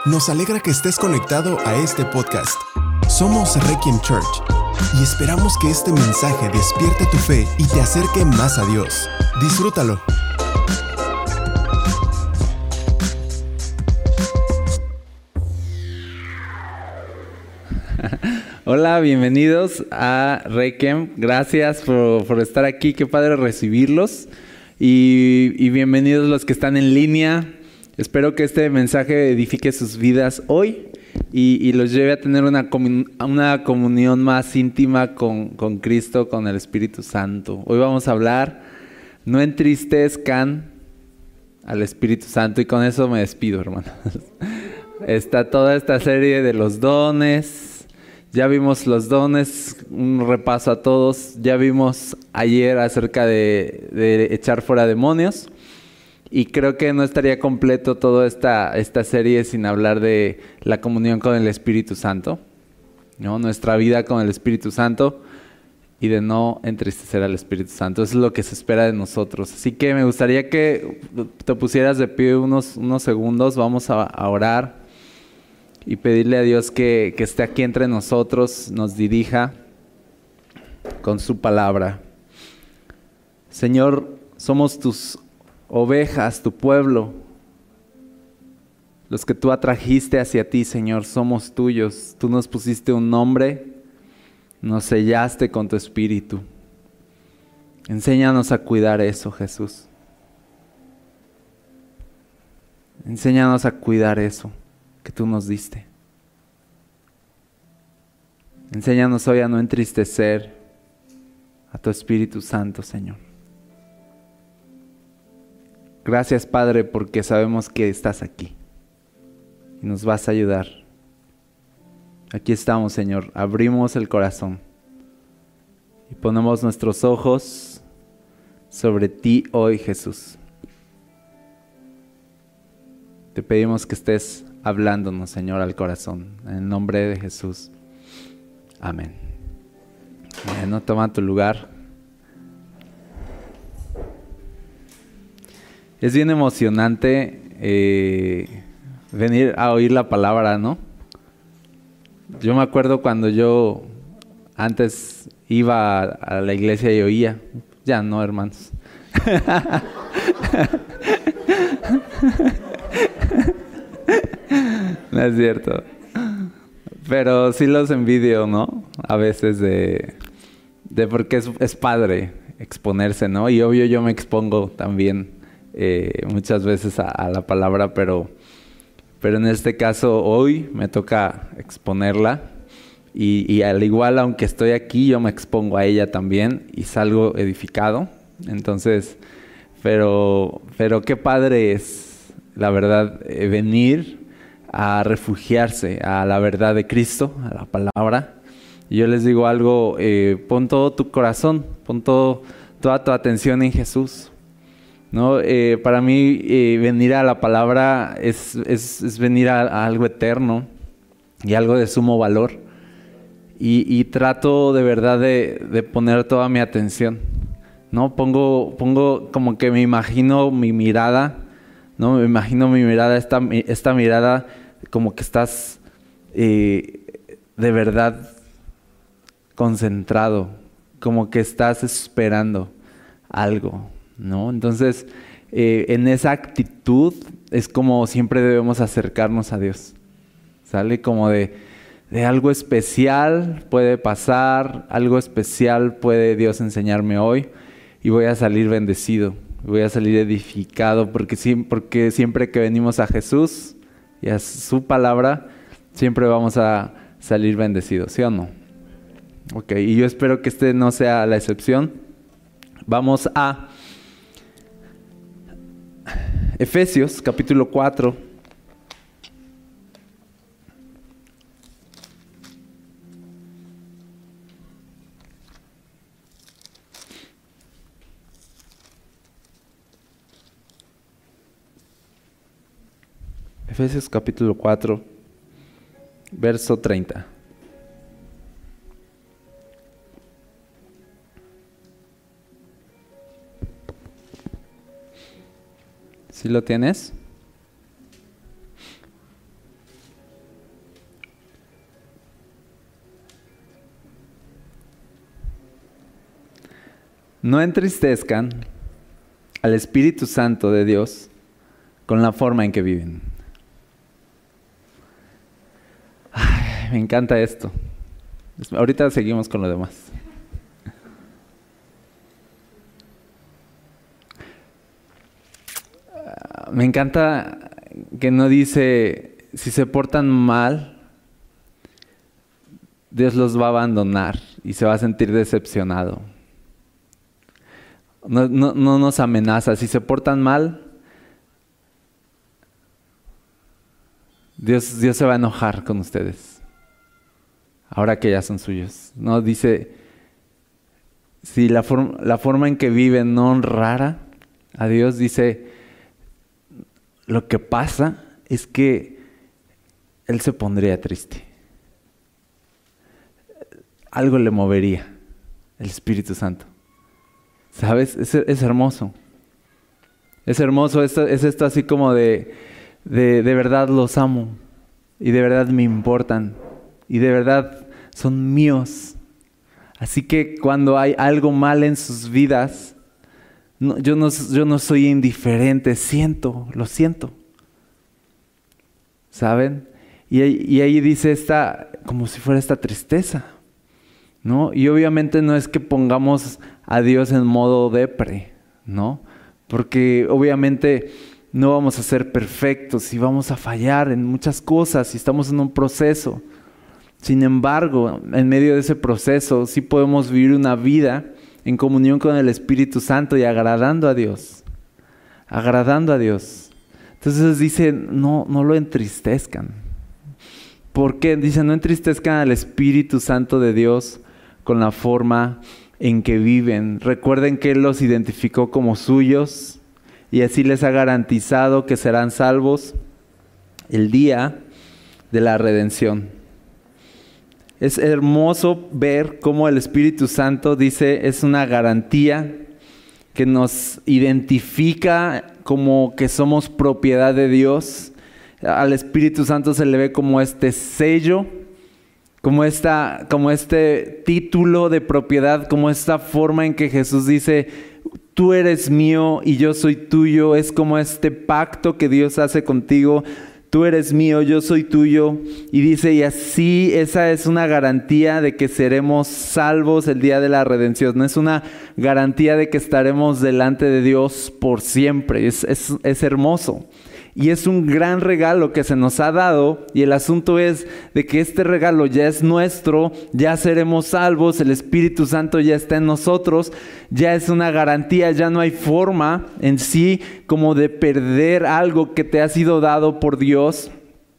Nos alegra que estés conectado a este podcast. Somos Requiem Church y esperamos que este mensaje despierte tu fe y te acerque más a Dios. Disfrútalo. Hola, bienvenidos a Requiem. Gracias por estar aquí. Qué padre recibirlos. Y bienvenidos los que están en línea. Espero que este mensaje edifique sus vidas hoy y los lleve a tener una comunión más íntima con Cristo, con el Espíritu Santo. Hoy vamos a hablar, no entristezcan al Espíritu Santo, y con eso me despido, hermanos. Está toda esta serie de los dones. Ya vimos los dones, un repaso a todos. Ya vimos ayer acerca de echar fuera demonios. Y creo que no estaría completo toda esta serie sin hablar de la comunión con el Espíritu Santo, ¿no? Nuestra vida con el Espíritu Santo y de no entristecer al Espíritu Santo. Eso es lo que se espera de nosotros. Así que me gustaría que te pusieras de pie unos segundos. Vamos a orar y pedirle a Dios que esté aquí entre nosotros, nos dirija con su palabra. Señor, somos tus ovejas, tu pueblo, los que tú atrajiste hacia ti, Señor, somos tuyos. Tú nos pusiste un nombre, nos sellaste con tu espíritu. Enséñanos a cuidar eso, Jesús. Enséñanos a cuidar eso que tú nos diste. Enséñanos hoy a no entristecer a tu Espíritu Santo, Señor. Gracias, Padre, porque sabemos que estás aquí y nos vas a ayudar. Aquí estamos, Señor. Abrimos el corazón y ponemos nuestros ojos sobre ti hoy, Jesús. Te pedimos que estés hablándonos, Señor, al corazón. En el nombre de Jesús. Amén. Bueno, toma tu lugar. Es bien emocionante venir a oír la palabra, ¿no? Yo me acuerdo cuando yo antes iba a la iglesia y oía. Ya no, hermanos. No es cierto. Pero sí los envidio, ¿no? A veces de porque es padre exponerse, ¿no? Y obvio yo me expongo también muchas veces a la palabra, pero en este caso hoy me toca exponerla y al igual, aunque estoy aquí, yo me expongo a ella también y salgo edificado. Entonces, pero qué padre es, la verdad, venir a refugiarse a la verdad de Cristo, a la palabra. Y yo les digo algo, pon todo tu corazón, pon toda tu atención en Jesús, ¿no? Para mí venir a la palabra es venir a algo eterno y algo de sumo valor. Y trato de verdad de poner toda mi atención, ¿no? Pongo como que me imagino mi mirada, ¿no? Me imagino mi mirada, esta mirada como que estás de verdad concentrado, como que estás esperando algo, ¿no? Entonces, en esa actitud es como siempre debemos acercarnos a Dios. ¿Sale? Como de algo especial puede pasar, algo especial puede Dios enseñarme hoy y voy a salir bendecido, voy a salir edificado, porque siempre que venimos a Jesús y a su palabra, siempre vamos a salir bendecidos, ¿sí o no? Ok, y yo espero que este no sea la excepción. Vamos a Efesios capítulo 4. Efesios capítulo 4, verso 30. ¿Sí lo tienes? no entristezcan al Espíritu Santo de Dios con la forma en que viven. Ay, me encanta esto. Ahorita seguimos con lo demás. Me encanta que no dice, si se portan mal, Dios los va a abandonar y se va a sentir decepcionado. No nos amenaza. Si se portan mal, Dios se va a enojar con ustedes. Ahora que ya son suyos. No, dice, si la forma en que viven no honrara a Dios, dice, lo que pasa es que Él se pondría triste. Algo le movería, el Espíritu Santo. ¿Sabes? Es hermoso. Es hermoso, es esto así como de verdad los amo. Y de verdad me importan. Y de verdad son míos. Así que cuando hay algo mal en sus vidas, yo no soy indiferente, lo siento. ¿Saben? Y ahí dice como si fuera esta tristeza, ¿no? Y obviamente no es que pongamos a Dios en modo depre, ¿no? Porque obviamente no vamos a ser perfectos y vamos a fallar en muchas cosas y estamos en un proceso. Sin embargo, en medio de ese proceso sí podemos vivir una vida en comunión con el Espíritu Santo y agradando a Dios. Agradando a Dios. Entonces dice, no lo entristezcan. ¿Por qué? Dice, no entristezcan al Espíritu Santo de Dios con la forma en que viven. Recuerden que Él los identificó como suyos y así les ha garantizado que serán salvos el día de la redención. Es hermoso ver cómo el Espíritu Santo dice, es una garantía que nos identifica como que somos propiedad de Dios. Al Espíritu Santo se le ve como este sello, como este título de propiedad, como esta forma en que Jesús dice, tú eres mío y yo soy tuyo. Es como este pacto que Dios hace contigo. Tú eres mío, yo soy tuyo. Y dice, y así esa es una garantía de que seremos salvos el día de la redención. No es una garantía de que estaremos delante de Dios por siempre. Es hermoso. Y es un gran regalo que se nos ha dado. Y el asunto es de que este regalo ya es nuestro. Ya seremos salvos. El Espíritu Santo ya está en nosotros. Ya es una garantía. Ya no hay forma en sí como de perder algo que te ha sido dado por Dios.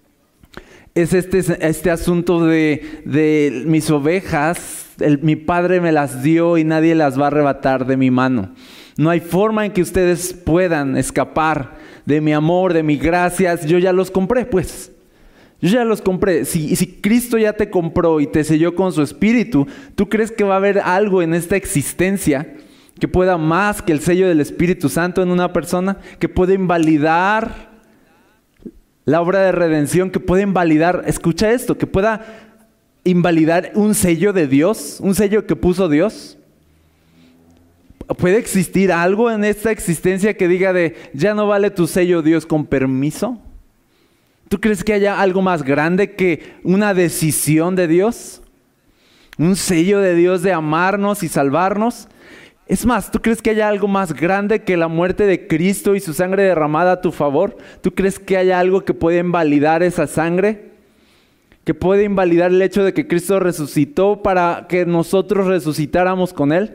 Es este asunto de mis ovejas. Mi Padre me las dio y nadie las va a arrebatar de mi mano. No hay forma en que ustedes puedan escapar de mi amor, de mi gracia. Yo ya los compré, pues. Yo ya los compré. Si Cristo ya te compró y te selló con su Espíritu, ¿tú crees que va a haber algo en esta existencia que pueda más que el sello del Espíritu Santo en una persona? Que pueda invalidar la obra de redención, que pueda invalidar, escucha esto, que pueda invalidar un sello de Dios, un sello que puso Dios. ¿Puede existir algo en esta existencia que diga ya no vale tu sello, Dios, con permiso? ¿Tú crees que haya algo más grande que una decisión de Dios? ¿Un sello de Dios de amarnos y salvarnos? Es más, ¿tú crees que haya algo más grande que la muerte de Cristo y su sangre derramada a tu favor? ¿Tú crees que haya algo que puede invalidar esa sangre? ¿Que puede invalidar el hecho de que Cristo resucitó para que nosotros resucitáramos con Él?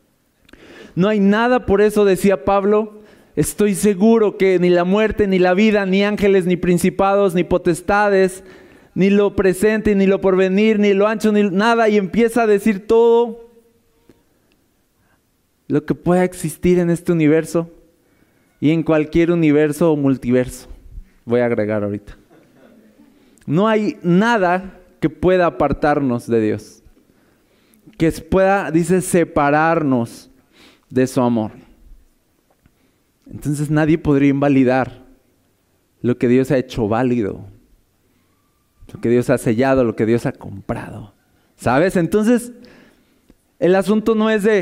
No hay nada, por eso decía Pablo, estoy seguro que ni la muerte, ni la vida, ni ángeles, ni principados, ni potestades, ni lo presente, ni lo porvenir, ni lo ancho, ni nada. Y empieza a decir todo lo que pueda existir en este universo y en cualquier universo o multiverso. Voy a agregar ahorita. No hay nada que pueda apartarnos de Dios, que pueda, dice, separarnos de su amor. Entonces nadie podría invalidar lo que Dios ha hecho válido, lo que Dios ha sellado, lo que Dios ha comprado. ¿Sabes? Entonces El asunto no es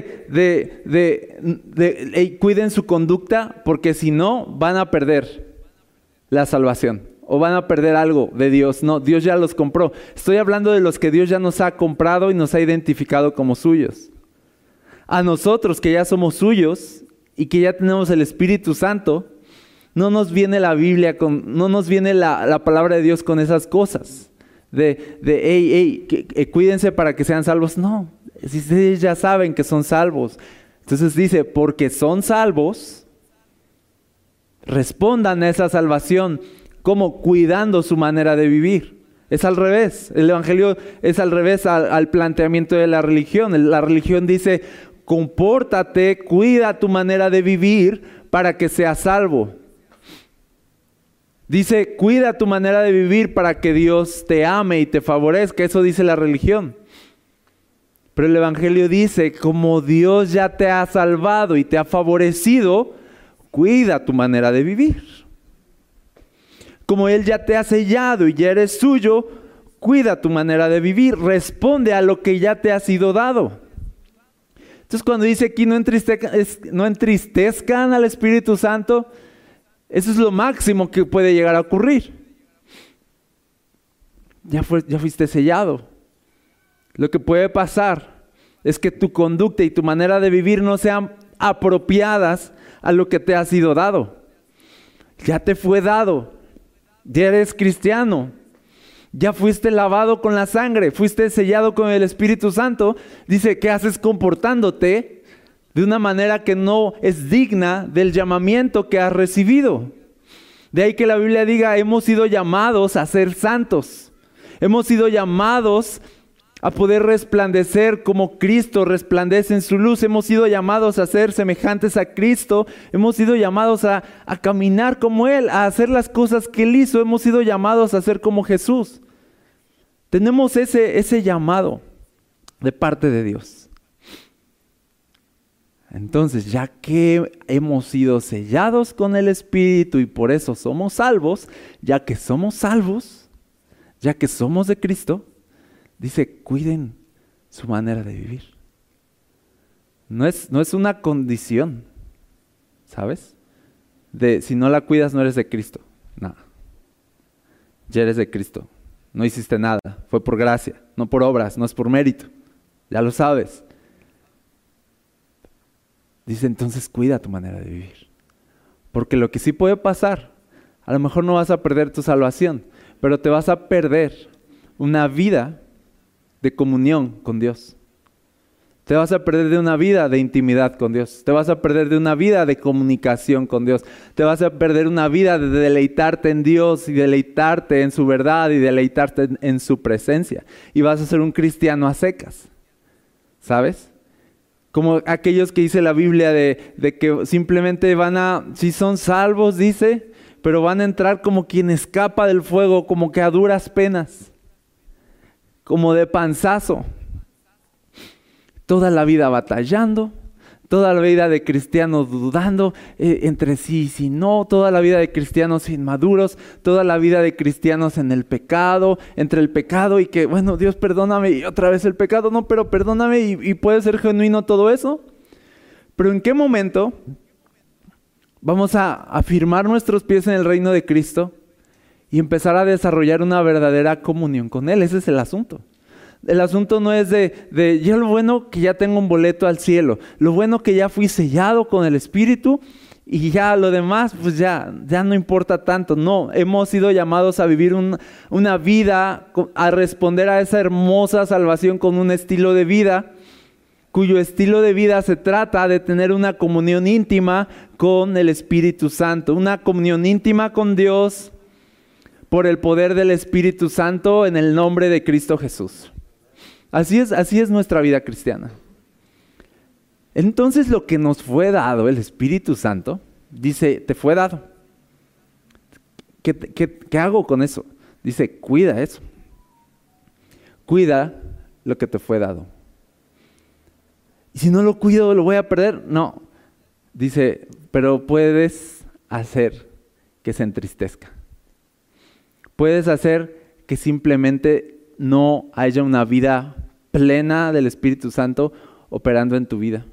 hey, cuiden su conducta, porque si no, van a perder la salvación o van a perder algo de Dios. No, Dios ya los compró. Estoy hablando de los que Dios ya nos ha comprado y nos ha identificado como suyos. A nosotros que ya somos suyos y que ya tenemos el Espíritu Santo, no nos viene la Biblia, no nos viene la palabra de Dios con esas cosas. Cuídense para que sean salvos. No, si ustedes ya saben que son salvos. Entonces dice, porque son salvos, respondan a esa salvación como cuidando su manera de vivir. Es al revés. El evangelio es al revés al planteamiento de la religión. La religión dice, compórtate, cuida tu manera de vivir para que seas salvo. Dice, cuida tu manera de vivir para que Dios te ame y te favorezca. Eso dice la religión. Pero el evangelio dice, como Dios ya te ha salvado y te ha favorecido, cuida tu manera de vivir. Como Él ya te ha sellado y ya eres suyo, cuida tu manera de vivir. Responde a lo que ya te ha sido dado. Entonces cuando dice aquí no entristezcan al Espíritu Santo, eso es lo máximo que puede llegar a ocurrir. Ya fuiste sellado. Lo que puede pasar es que tu conducta y tu manera de vivir no sean apropiadas a lo que te ha sido dado. Ya te fue dado. Ya eres cristiano. Ya fuiste lavado con la sangre. Fuiste sellado con el Espíritu Santo. Dice, ¿qué haces comportándote de una manera que no es digna del llamamiento que has recibido? De ahí que la Biblia diga, hemos sido llamados a ser santos. Hemos sido llamados a poder resplandecer como Cristo resplandece en su luz. Hemos sido llamados a ser semejantes a Cristo. Hemos sido llamados a caminar como Él, a hacer las cosas que Él hizo. Hemos sido llamados a ser como Jesús. Tenemos ese llamado de parte de Dios. Entonces, ya que hemos sido sellados con el Espíritu y por eso somos salvos, ya que somos salvos, ya que somos de Cristo, dice, cuiden su manera de vivir. No es una condición, ¿sabes? Si no la cuidas, no eres de Cristo. No. Ya eres de Cristo. No hiciste nada. Fue por gracia, no por obras, no es por mérito. Ya lo sabes. Dice, entonces cuida tu manera de vivir. Porque lo que sí puede pasar, a lo mejor no vas a perder tu salvación, pero te vas a perder una vida de comunión con Dios. Te vas a perder de una vida de intimidad con Dios. Te vas a perder de una vida de comunicación con Dios. Te vas a perder una vida de deleitarte en Dios y deleitarte en su verdad y deleitarte en su presencia. Y vas a ser un cristiano a secas. ¿Sabes? Como aquellos que dice la Biblia de que simplemente si son salvos, dice, pero van a entrar como quien escapa del fuego, como que a duras penas. Como de panzazo. Toda la vida batallando, toda la vida de cristianos dudando entre sí y sí no, toda la vida de cristianos inmaduros, toda la vida de cristianos en el pecado, entre el pecado y que, bueno, Dios perdóname y otra vez el pecado, no, pero perdóname y puede ser genuino todo eso. Pero ¿en qué momento vamos a afirmar nuestros pies en el reino de Cristo y empezar a desarrollar una verdadera comunión con Él? Ese es el asunto. El asunto no es de yo lo bueno que ya tengo un boleto al cielo, lo bueno que ya fui sellado con el Espíritu y ya lo demás pues ya no importa tanto. No, hemos sido llamados a vivir una vida, a responder a esa hermosa salvación con un estilo de vida, cuyo estilo de vida se trata de tener una comunión íntima con el Espíritu Santo, una comunión íntima con Dios por el poder del Espíritu Santo en el nombre de Cristo Jesús. Así es nuestra vida cristiana. Entonces lo que nos fue dado, el Espíritu Santo, dice, te fue dado. ¿Qué hago con eso? Dice, cuida eso. Cuida lo que te fue dado. Y si no lo cuido, ¿lo voy a perder? No. Dice, pero puedes hacer que se entristezca. Puedes hacer que simplemente no haya una vida plena del Espíritu Santo operando en tu vida.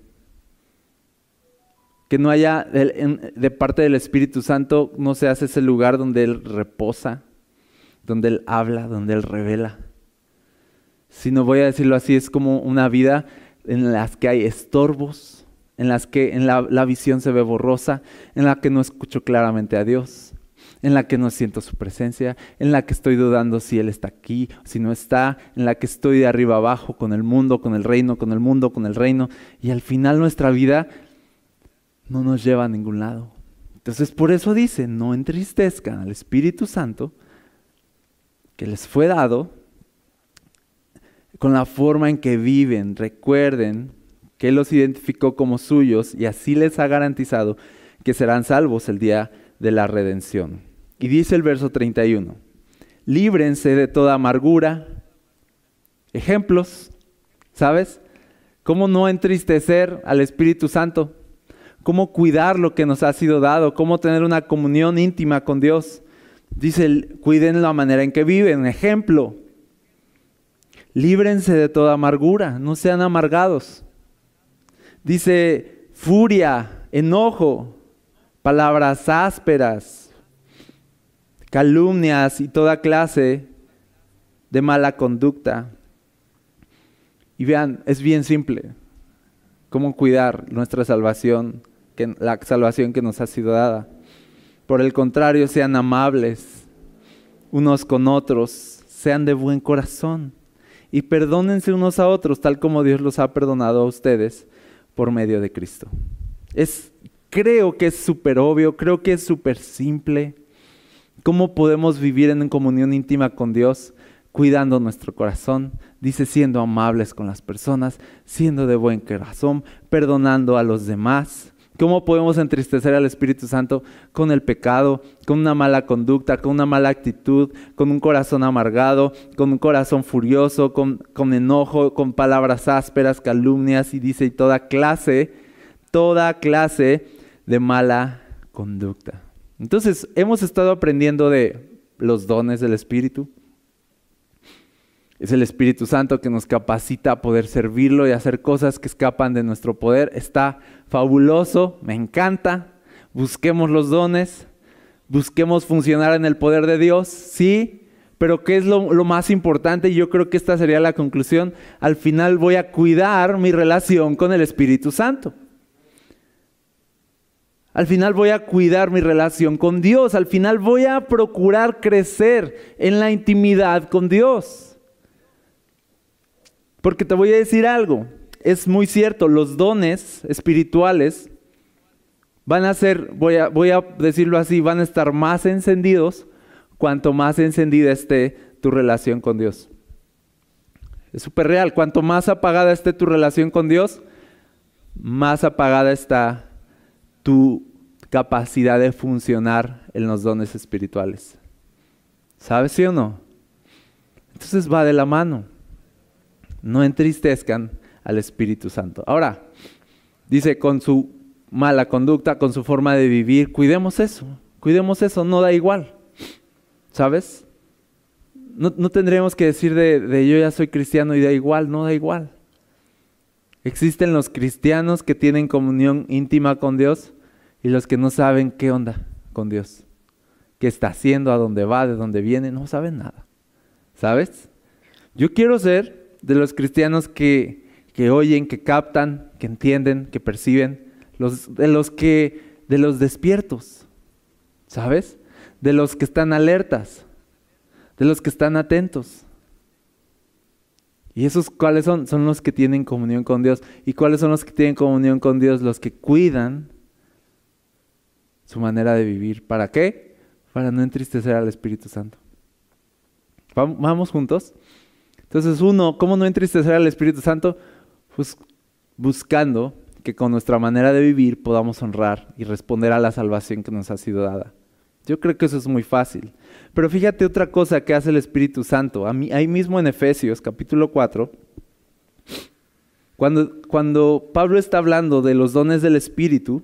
Que no haya, de parte del Espíritu Santo, no seas ese lugar donde Él reposa, donde Él habla, donde Él revela. Sino, voy a decirlo así, es como una vida en las que hay estorbos, en las que la visión se ve borrosa, en la que no escucho claramente a Dios, en la que no siento su presencia, en la que estoy dudando si Él está aquí, si no está, en la que estoy de arriba abajo con el mundo, con el reino, con el mundo, con el reino, y al final nuestra vida no nos lleva a ningún lado. Entonces por eso dice, no entristezcan al Espíritu Santo que les fue dado con la forma en que viven. Recuerden que Él los identificó como suyos y así les ha garantizado que serán salvos el día de la redención. Y dice el verso 31, líbrense de toda amargura. Ejemplos, ¿sabes? ¿Cómo no entristecer al Espíritu Santo? ¿Cómo cuidar lo que nos ha sido dado? ¿Cómo tener una comunión íntima con Dios? Dice, cuiden la manera en que viven. Ejemplo, líbrense de toda amargura, no sean amargados. Dice, furia, enojo, palabras ásperas, calumnias y toda clase de mala conducta. Y vean, es bien simple. ¿Cómo cuidar nuestra salvación? La salvación que nos ha sido dada. Por el contrario, sean amables unos con otros, sean de buen corazón y perdónense unos a otros, tal como Dios los ha perdonado a ustedes por medio de Cristo. Creo que es súper obvio, creo que es súper simple. ¿Cómo podemos vivir en comunión íntima con Dios? Cuidando nuestro corazón, dice, siendo amables con las personas, siendo de buen corazón, perdonando a los demás. ¿Cómo podemos entristecer al Espíritu Santo? Con el pecado, con una mala conducta, con una mala actitud, con un corazón amargado, con un corazón furioso, con enojo, con palabras ásperas, calumnias y dice, y toda clase de mala conducta. Entonces, hemos estado aprendiendo de los dones del Espíritu. Es el Espíritu Santo que nos capacita a poder servirlo y hacer cosas que escapan de nuestro poder. Está fabuloso, me encanta. Busquemos los dones, busquemos funcionar en el poder de Dios, sí. Pero ¿qué es lo más importante? Y yo creo que esta sería la conclusión. Al final voy a cuidar mi relación con el Espíritu Santo. Al final voy a cuidar mi relación con Dios. Al final voy a procurar crecer en la intimidad con Dios. Porque te voy a decir algo, es muy cierto, los dones espirituales van a ser, voy a decirlo así, van a estar más encendidos cuanto más encendida esté tu relación con Dios. Es súper real, cuanto más apagada esté tu relación con Dios, más apagada está tu capacidad de funcionar en los dones espirituales. ¿Sabes, sí o no? Entonces va de la mano. No entristezcan al Espíritu Santo. Ahora, dice, con su mala conducta, con su forma de vivir, cuidemos eso, no da igual, ¿sabes? No tendremos que decir de yo ya soy cristiano y da igual, no da igual. Existen los cristianos que tienen comunión íntima con Dios y los que no saben qué onda con Dios, qué está haciendo, a dónde va, de dónde viene, no saben nada, ¿sabes? Yo quiero ser de los cristianos que oyen, que captan, que entienden, que perciben, de los despiertos, ¿sabes? De los que están alertas, de los que están atentos. ¿Y esos cuáles son? Son los que tienen comunión con Dios. ¿Y cuáles son los que tienen comunión con Dios? Los que cuidan su manera de vivir. ¿Para qué? Para no entristecer al Espíritu Santo. ¿Vamos juntos? Entonces ¿cómo no entristecer al Espíritu Santo? Pues buscando que con nuestra manera de vivir podamos honrar y responder a la salvación que nos ha sido dada. Yo creo que eso es muy fácil. Pero fíjate otra cosa que hace el Espíritu Santo. Ahí mismo en Efesios capítulo 4, cuando Pablo está hablando de los dones del Espíritu,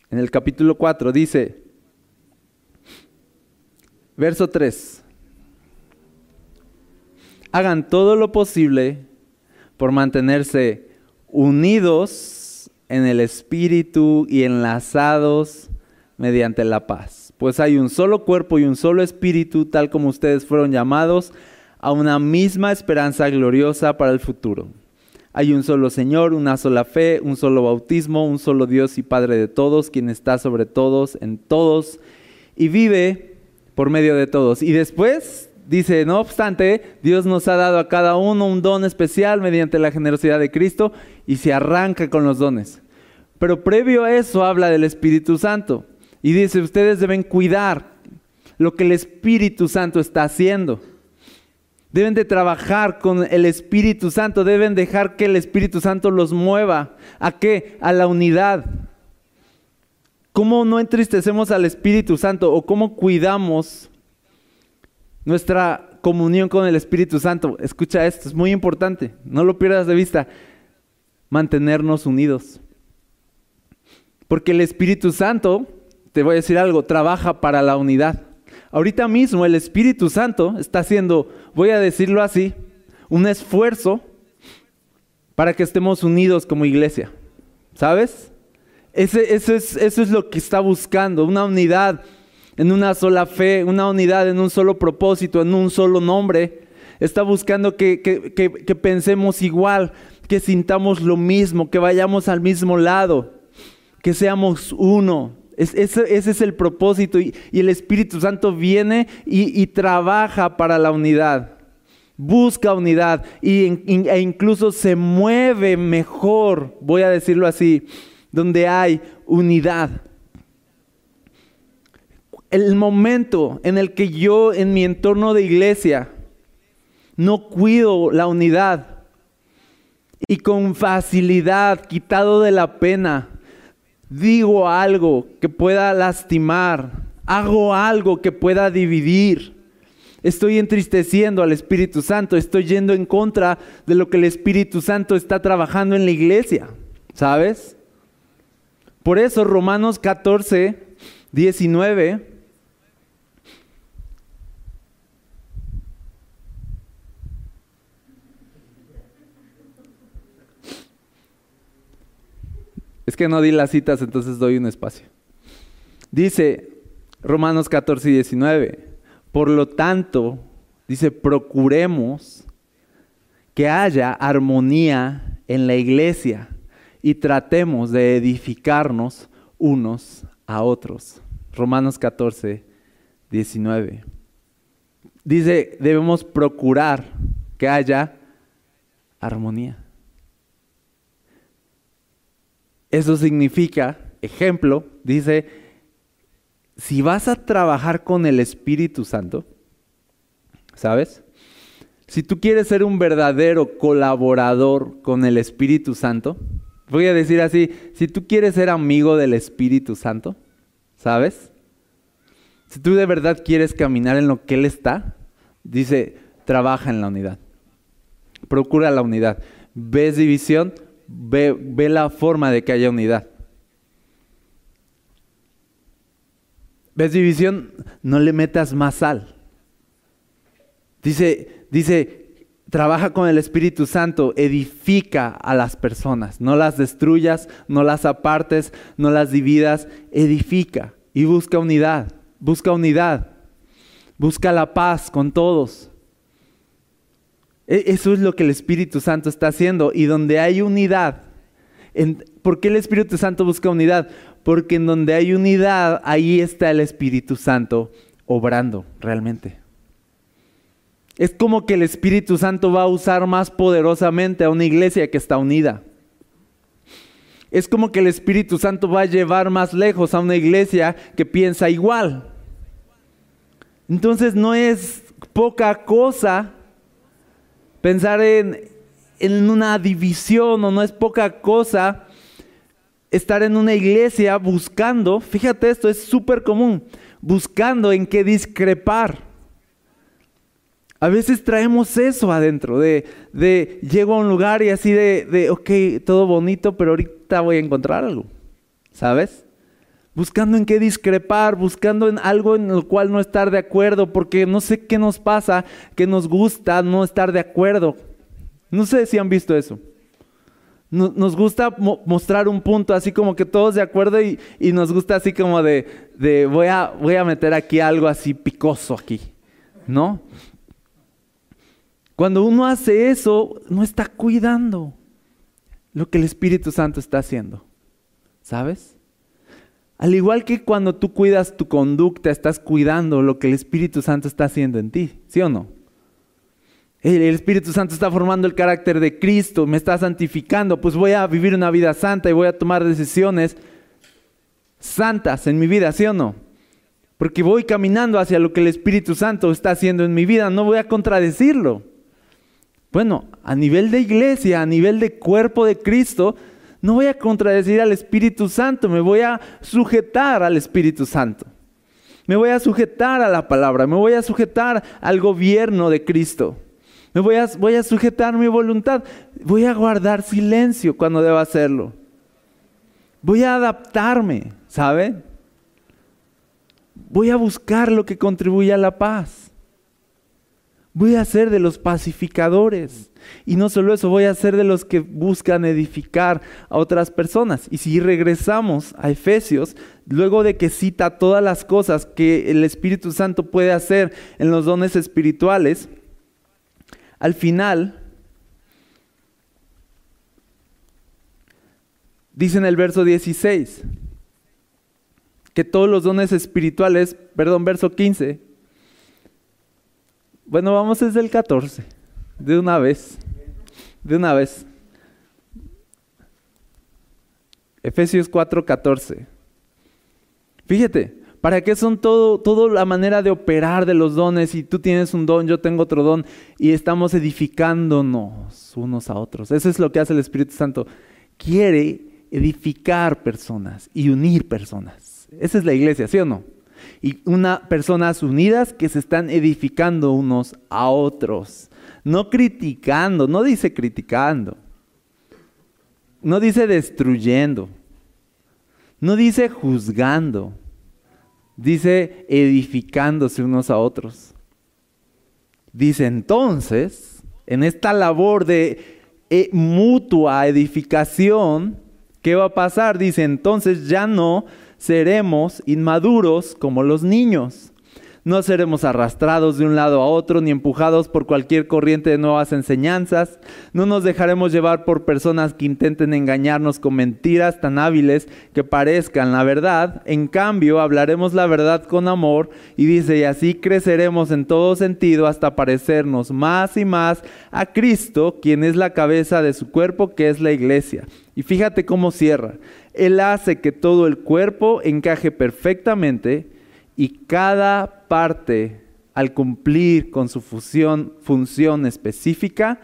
en el capítulo 4, dice, verso 3, hagan todo lo posible por mantenerse unidos en el Espíritu y enlazados mediante la paz. Pues hay un solo cuerpo y un solo Espíritu, tal como ustedes fueron llamados a una misma esperanza gloriosa para el futuro. Hay un solo Señor, una sola fe, un solo bautismo, un solo Dios y Padre de todos, quien está sobre todos, en todos, y vive por medio de todos. Y después dice, no obstante, Dios nos ha dado a cada uno un don especial mediante la generosidad de Cristo, y se arranca con los dones. Pero previo a eso habla del Espíritu Santo. Y dice, ustedes deben cuidar lo que el Espíritu Santo está haciendo. Deben de trabajar con el Espíritu Santo. Deben dejar que el Espíritu Santo los mueva. ¿A qué? A la unidad. ¿Cómo no entristecemos al Espíritu Santo? ¿O cómo cuidamos nuestra comunión con el Espíritu Santo? Escucha esto, es muy importante. No lo pierdas de vista. Mantenernos unidos. Porque el Espíritu Santo, te voy a decir algo, trabaja para la unidad. Ahorita mismo el Espíritu Santo está haciendo, voy a decirlo así, un esfuerzo para que estemos unidos como iglesia. ¿Sabes? Eso es lo que está buscando, una unidad en una sola fe, una unidad en un solo propósito, en un solo nombre. Está buscando que pensemos igual, que sintamos lo mismo, que vayamos al mismo lado, que seamos uno. Ese es el propósito, y el Espíritu Santo viene y trabaja para la unidad. Busca unidad e incluso se mueve mejor, voy a decirlo así, donde hay unidad. El momento en el que yo en mi entorno de iglesia no cuido la unidad y con facilidad, quitado de la pena, digo algo que pueda lastimar, hago algo que pueda dividir, estoy entristeciendo al Espíritu Santo, estoy yendo en contra de lo que el Espíritu Santo está trabajando en la iglesia, ¿sabes? Por eso Romanos 14, 19 es que no di las citas, entonces doy un espacio. Dice Romanos 14, 19, por lo tanto, dice, procuremos que haya armonía en la iglesia y tratemos de edificarnos unos a otros. Romanos 14, 19. Dice, debemos procurar que haya armonía. Eso significa, ejemplo, dice, si vas a trabajar con el Espíritu Santo, ¿sabes? Si tú quieres ser un verdadero colaborador con el Espíritu Santo, voy a decir así, si tú quieres ser amigo del Espíritu Santo, ¿sabes? Si tú de verdad quieres caminar en lo que Él está, dice, trabaja en la unidad. Procura la unidad. ¿Ves división? Ve la forma de que haya unidad. ¿Ves división? No le metas más sal. Dice, trabaja con el Espíritu Santo, edifica a las personas, no las destruyas, no las apartes, no las dividas, edifica y busca unidad, busca la paz con todos. Eso es lo que el Espíritu Santo está haciendo, y donde hay unidad, ¿por qué el Espíritu Santo busca unidad? Porque en donde hay unidad, ahí está el Espíritu Santo obrando realmente. Es como que el Espíritu Santo va a usar más poderosamente a una iglesia que está unida. Es como que el Espíritu Santo va a llevar más lejos a una iglesia que piensa igual. Entonces no es poca cosa pensar en una división, o no es poca cosa estar en una iglesia buscando, fíjate esto, es súper común, buscando en qué discrepar. A veces traemos eso adentro, de llego a un lugar y así ok, todo bonito, pero ahorita voy a encontrar algo, ¿sabes? buscando en qué discrepar, buscando en algo en lo cual no estar de acuerdo, porque no sé qué nos pasa, que nos gusta no estar de acuerdo. No sé si han visto eso. Nos gusta mostrar un punto así como que todos de acuerdo y nos gusta así como de voy a meter aquí algo así picoso aquí, ¿no? Cuando uno hace eso, no está cuidando lo que el Espíritu Santo está haciendo, ¿sabes? Al igual que cuando tú cuidas tu conducta, estás cuidando lo que el Espíritu Santo está haciendo en ti, ¿sí o no? El Espíritu Santo está formando el carácter de Cristo, me está santificando, pues voy a vivir una vida santa y voy a tomar decisiones santas en mi vida, ¿sí o no? Porque voy caminando hacia lo que el Espíritu Santo está haciendo en mi vida, no voy a contradecirlo. Bueno, a nivel de iglesia, a nivel de cuerpo de Cristo, no voy a contradecir al Espíritu Santo, me voy a sujetar al Espíritu Santo. Me voy a sujetar a la palabra, me voy a sujetar al gobierno de Cristo. Voy a sujetar mi voluntad, voy a guardar silencio cuando deba hacerlo. Voy a adaptarme, ¿sabe? Voy a buscar lo que contribuye a la paz. Voy a ser de los pacificadores. Y no solo eso, voy a ser de los que buscan edificar a otras personas. Y si regresamos a Efesios, luego de que cita todas las cosas que el Espíritu Santo puede hacer en los dones espirituales, al final, dice en el verso 16, que todos los dones espirituales, verso 15, bueno, vamos desde el 14, de una vez. Efesios 4:14. Fíjate, ¿para qué son todo la manera de operar de los dones? Si tú tienes un don, yo tengo otro don, y estamos edificándonos unos a otros. Eso es lo que hace el Espíritu Santo. Quiere edificar personas y unir personas. Esa es la iglesia, ¿sí o no? Y personas unidas que se están edificando unos a otros. No criticando, no dice criticando. No dice destruyendo. No dice juzgando. Dice edificándose unos a otros. Dice entonces, en esta labor de mutua edificación, ¿qué va a pasar? Dice entonces ya no seremos inmaduros como los niños. No seremos arrastrados de un lado a otro ni empujados por cualquier corriente de nuevas enseñanzas. No nos dejaremos llevar por personas que intenten engañarnos con mentiras tan hábiles que parezcan la verdad. En cambio, hablaremos la verdad con amor y dice, y así creceremos en todo sentido hasta parecernos más y más a Cristo, quien es la cabeza de su cuerpo, que es la iglesia. Y fíjate cómo cierra. Él hace que todo el cuerpo encaje perfectamente y cada parte, al cumplir con su función específica,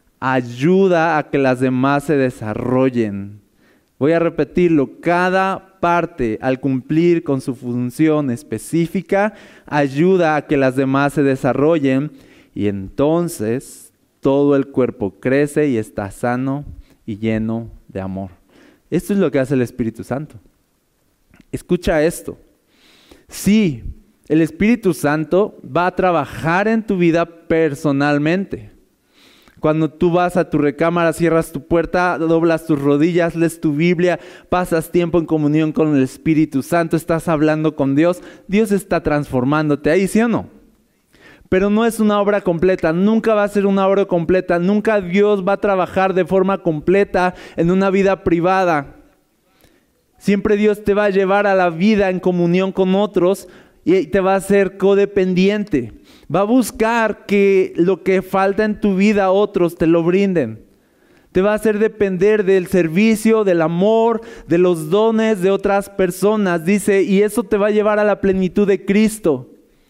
ayuda a que las demás se desarrollen. Voy a repetirlo, cada parte, al cumplir con su función específica, ayuda a que las demás se desarrollen y entonces todo el cuerpo crece y está sano y lleno de amor. Esto es lo que hace el Espíritu Santo. Escucha esto. Sí, el Espíritu Santo va a trabajar en tu vida personalmente. Cuando tú vas a tu recámara, cierras tu puerta, doblas tus rodillas, lees tu Biblia, pasas tiempo en comunión con el Espíritu Santo, estás hablando con Dios, Dios está transformándote ahí, ¿sí o no? Pero no es una obra completa, nunca va a ser una obra completa, nunca Dios va a trabajar de forma completa en una vida privada. Siempre Dios te va a llevar a la vida en comunión con otros y te va a hacer codependiente. Va a buscar que lo que falta en tu vida otros te lo brinden. Te va a hacer depender del servicio, del amor, de los dones de otras personas. Dice, y eso te va a llevar a la plenitud de Cristo.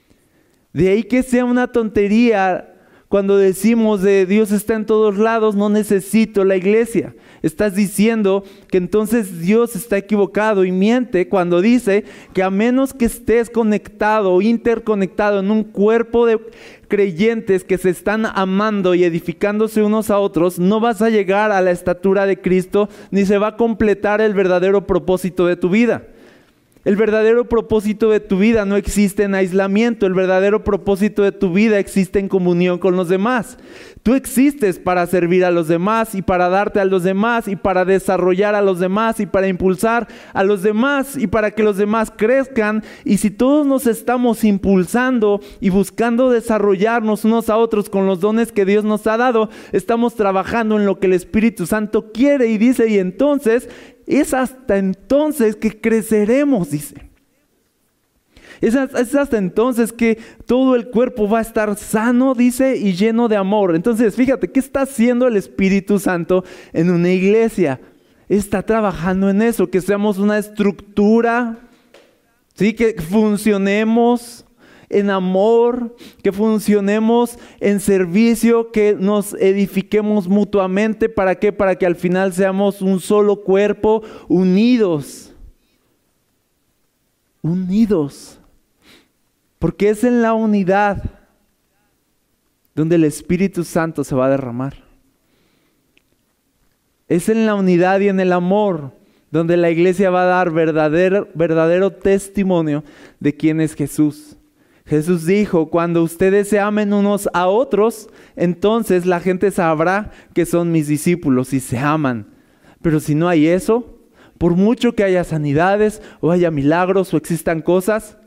De ahí que sea una tontería cuando decimos de Dios está en todos lados, no necesito la iglesia. Estás diciendo que entonces Dios está equivocado y miente cuando dice que a menos que estés conectado o interconectado en un cuerpo de creyentes que se están amando y edificándose unos a otros, no vas a llegar a la estatura de Cristo ni se va a completar el verdadero propósito de tu vida. El verdadero propósito de tu vida no existe en aislamiento. El verdadero propósito de tu vida existe en comunión con los demás. Tú existes para servir a los demás y para darte a los demás y para desarrollar a los demás y para impulsar a los demás y para que los demás crezcan. Y si todos nos estamos impulsando y buscando desarrollarnos unos a otros con los dones que Dios nos ha dado, estamos trabajando en lo que el Espíritu Santo quiere y dice, y entonces es hasta entonces que creceremos, dice. Es hasta entonces que todo el cuerpo va a estar sano, dice, y lleno de amor. Entonces, fíjate, ¿qué está haciendo el Espíritu Santo en una iglesia? Está trabajando en eso, que seamos una estructura, ¿sí? Que funcionemos en amor, que funcionemos en servicio, que nos edifiquemos mutuamente. ¿Para qué? Para que al final seamos un solo cuerpo, unidos. Unidos. Porque es en la unidad donde el Espíritu Santo se va a derramar. Es en la unidad y en el amor donde la iglesia va a dar verdadero testimonio de quién es Jesús. Jesús dijo, cuando ustedes se amen unos a otros, entonces la gente sabrá que son mis discípulos y se aman. Pero si no hay eso, por mucho que haya sanidades o haya milagros o existan cosas,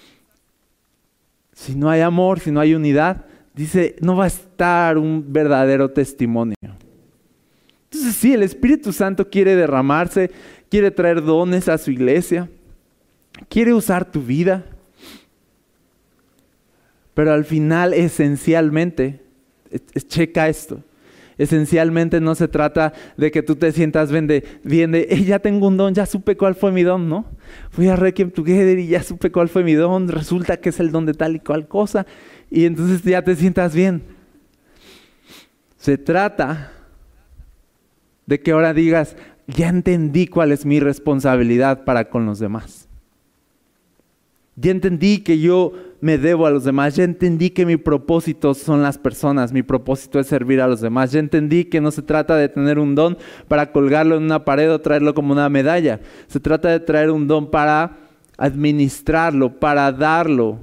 si no hay amor, si no hay unidad, dice, no va a estar un verdadero testimonio. Entonces sí, el Espíritu Santo quiere derramarse, quiere traer dones a su iglesia, quiere usar tu vida. Pero al final, esencialmente, checa esto, esencialmente no se trata de que tú te sientas bien de ya tengo un don, ya supe cuál fue mi don, ¿no? Fui a Requiem Together y ya supe cuál fue mi don, resulta que es el don de tal y cual cosa, y entonces ya te sientas bien. Se trata de que ahora digas, ya entendí cuál es mi responsabilidad para con los demás. Ya entendí que yo me debo a los demás. Ya entendí que mi propósito son las personas. Mi propósito es servir a los demás. Ya entendí que no se trata de tener un don para colgarlo en una pared o traerlo como una medalla. Se trata de traer un don para administrarlo, para darlo,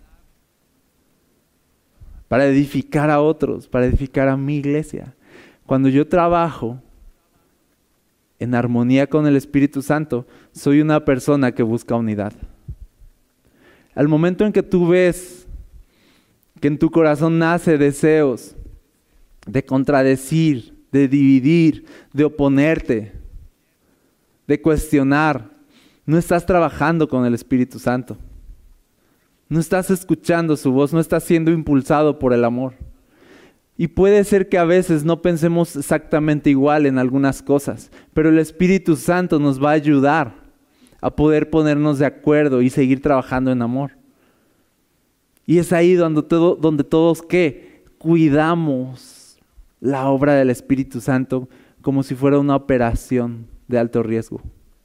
para edificar a otros, para edificar a mi iglesia. Cuando yo trabajo en armonía con el Espíritu Santo, soy una persona que busca unidad. Al momento en que tú ves que en tu corazón nace deseos de contradecir, de dividir, de oponerte, de cuestionar, no estás trabajando con el Espíritu Santo. No estás escuchando su voz, no estás siendo impulsado por el amor. Y puede ser que a veces no pensemos exactamente igual en algunas cosas, pero el Espíritu Santo nos va a ayudar a poder ponernos de acuerdo y seguir trabajando en amor. Y es ahí donde todos ¿qué? Cuidamos la obra del Espíritu Santo como si fuera una operación de alto riesgo.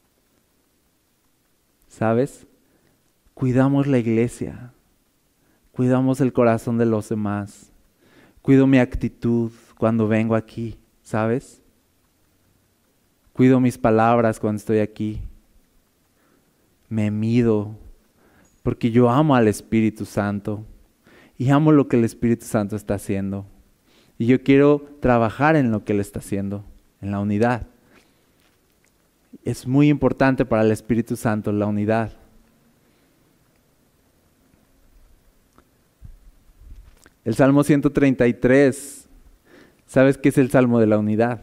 ¿Sabes? Cuidamos la iglesia, cuidamos el corazón de los demás, cuido mi actitud cuando vengo aquí, ¿sabes? Cuido mis palabras cuando estoy aquí. Me mido, porque yo amo al Espíritu Santo y amo lo que el Espíritu Santo está haciendo. Y yo quiero trabajar en lo que Él está haciendo, en la unidad. Es muy importante para el Espíritu Santo la unidad. El Salmo 133, ¿sabes qué es el Salmo de la unidad?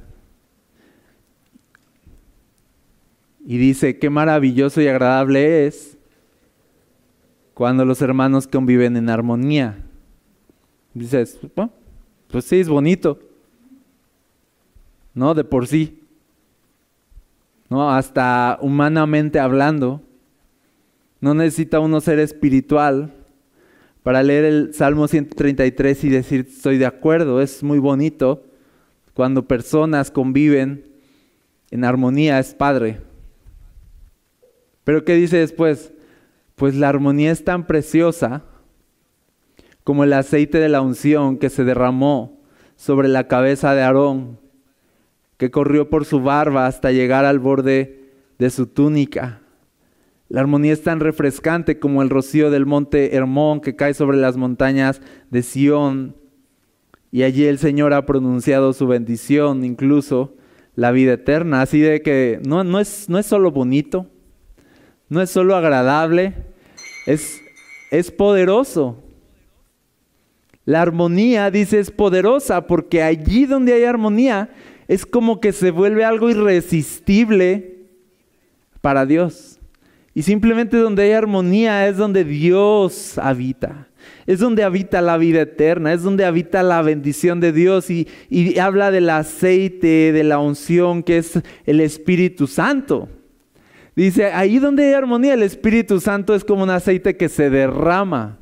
Y dice, qué maravilloso y agradable es cuando los hermanos conviven en armonía. Dices, bueno, pues sí, es bonito, ¿no? De por sí, ¿no? Hasta humanamente hablando, no necesita uno ser espiritual para leer el Salmo 133 y decir, estoy de acuerdo, es muy bonito cuando personas conviven en armonía, es padre. Pero ¿qué dice después? Pues la armonía es tan preciosa como el aceite de la unción que se derramó sobre la cabeza de Aarón, que corrió por su barba hasta llegar al borde de su túnica. La armonía es tan refrescante como el rocío del monte Hermón que cae sobre las montañas de Sión. Y allí el Señor ha pronunciado su bendición, incluso la vida eterna. Así de que no es solo bonito, no es solo agradable, es poderoso. La armonía, dice, es poderosa porque allí donde hay armonía es como que se vuelve algo irresistible para Dios. Y simplemente donde hay armonía es donde Dios habita. Es donde habita la vida eterna, es donde habita la bendición de Dios. Y habla del aceite, de la unción que es el Espíritu Santo. Dice, ahí donde hay armonía, el Espíritu Santo es como un aceite que se derrama.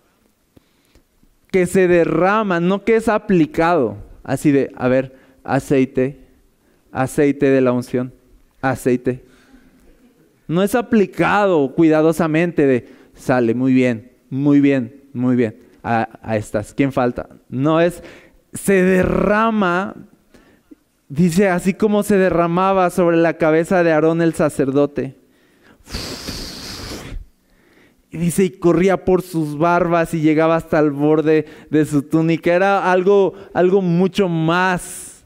Que se derrama, no que es aplicado. Así de, a ver, aceite de la unción, aceite. No es aplicado cuidadosamente de, sale, muy bien. A estas, ¿quién falta? No es, se derrama, dice, así como se derramaba sobre la cabeza de Aarón el sacerdote. Y dice, y corría por sus barbas y llegaba hasta el borde de su túnica. Era algo mucho más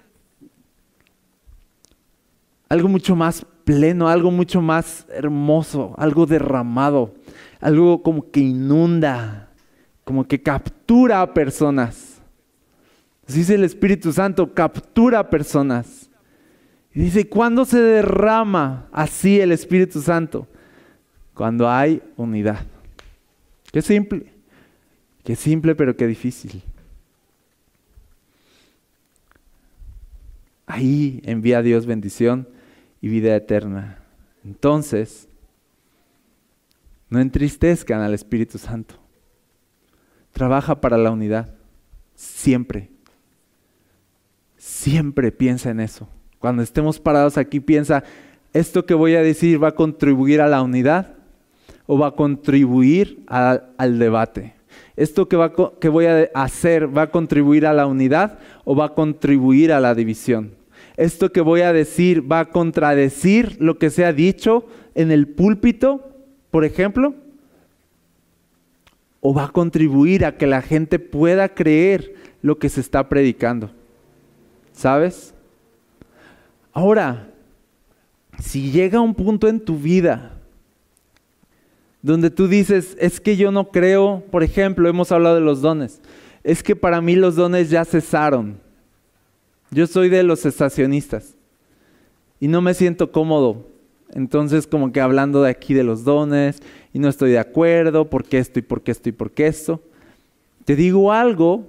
pleno, algo mucho más hermoso, algo derramado, algo como que inunda, como que captura a personas. Así dice el Espíritu Santo, captura a personas. Y dice, ¿cuándo se derrama así el Espíritu Santo? Cuando hay unidad. Qué simple pero qué difícil. Ahí envía a Dios bendición y vida eterna. Entonces, no entristezcan al Espíritu Santo. Trabaja para la unidad. Siempre piensa en eso. Cuando estemos parados aquí, piensa, ¿esto que voy a decir va a contribuir a la unidad o va a contribuir al debate? ¿Esto que voy a hacer va a contribuir a la unidad o va a contribuir a la división? ¿Esto que voy a decir va a contradecir lo que se ha dicho en el púlpito, por ejemplo? ¿O va a contribuir a que la gente pueda creer lo que se está predicando? ¿Sabes? Ahora, si llega un punto en tu vida donde tú dices, es que yo no creo, por ejemplo, hemos hablado de los dones, es que para mí los dones ya cesaron. Yo soy de los cesacionistas y no me siento cómodo. Entonces como que hablando de aquí de los dones y no estoy de acuerdo, ¿por qué esto y por qué esto y por qué esto? Te digo algo,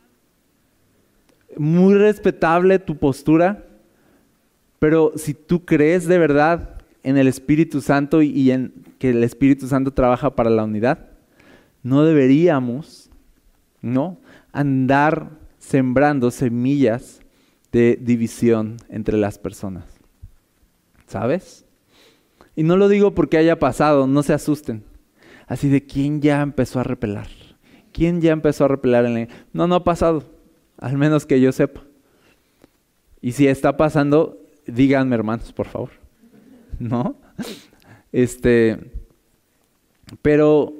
muy respetable tu postura, pero si tú crees de verdad en el Espíritu Santo y en que el Espíritu Santo trabaja para la unidad, no deberíamos, andar sembrando semillas de división entre las personas. ¿Sabes? Y no lo digo porque haya pasado, no se asusten. Así de, ¿quién ya empezó a repelar? ¿Quién ya empezó a repelar en la... No ha pasado, al menos que yo sepa. Y si está pasando, díganme, hermanos, por favor. ¿No? Pero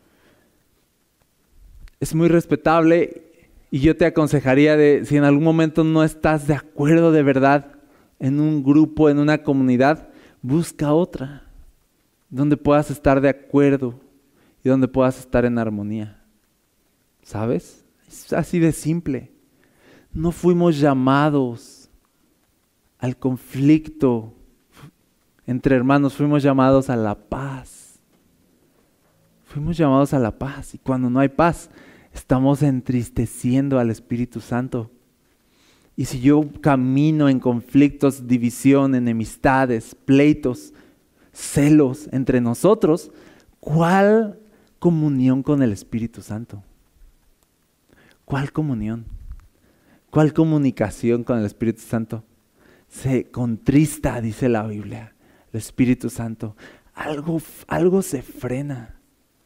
es muy respetable y yo te aconsejaría si en algún momento no estás de acuerdo de verdad en un grupo, en una comunidad, busca otra donde puedas estar de acuerdo y donde puedas estar en armonía. ¿Sabes? Es así de simple. No fuimos llamados al conflicto entre hermanos, fuimos llamados a la paz. Fuimos llamados a la paz y cuando no hay paz, estamos entristeciendo al Espíritu Santo. Y si yo camino en conflictos, división, enemistades, pleitos, celos entre nosotros, ¿cuál comunión con el Espíritu Santo? ¿Cuál comunión? ¿Cuál comunicación con el Espíritu Santo? Se contrista, dice la Biblia, el Espíritu Santo. Algo se frena.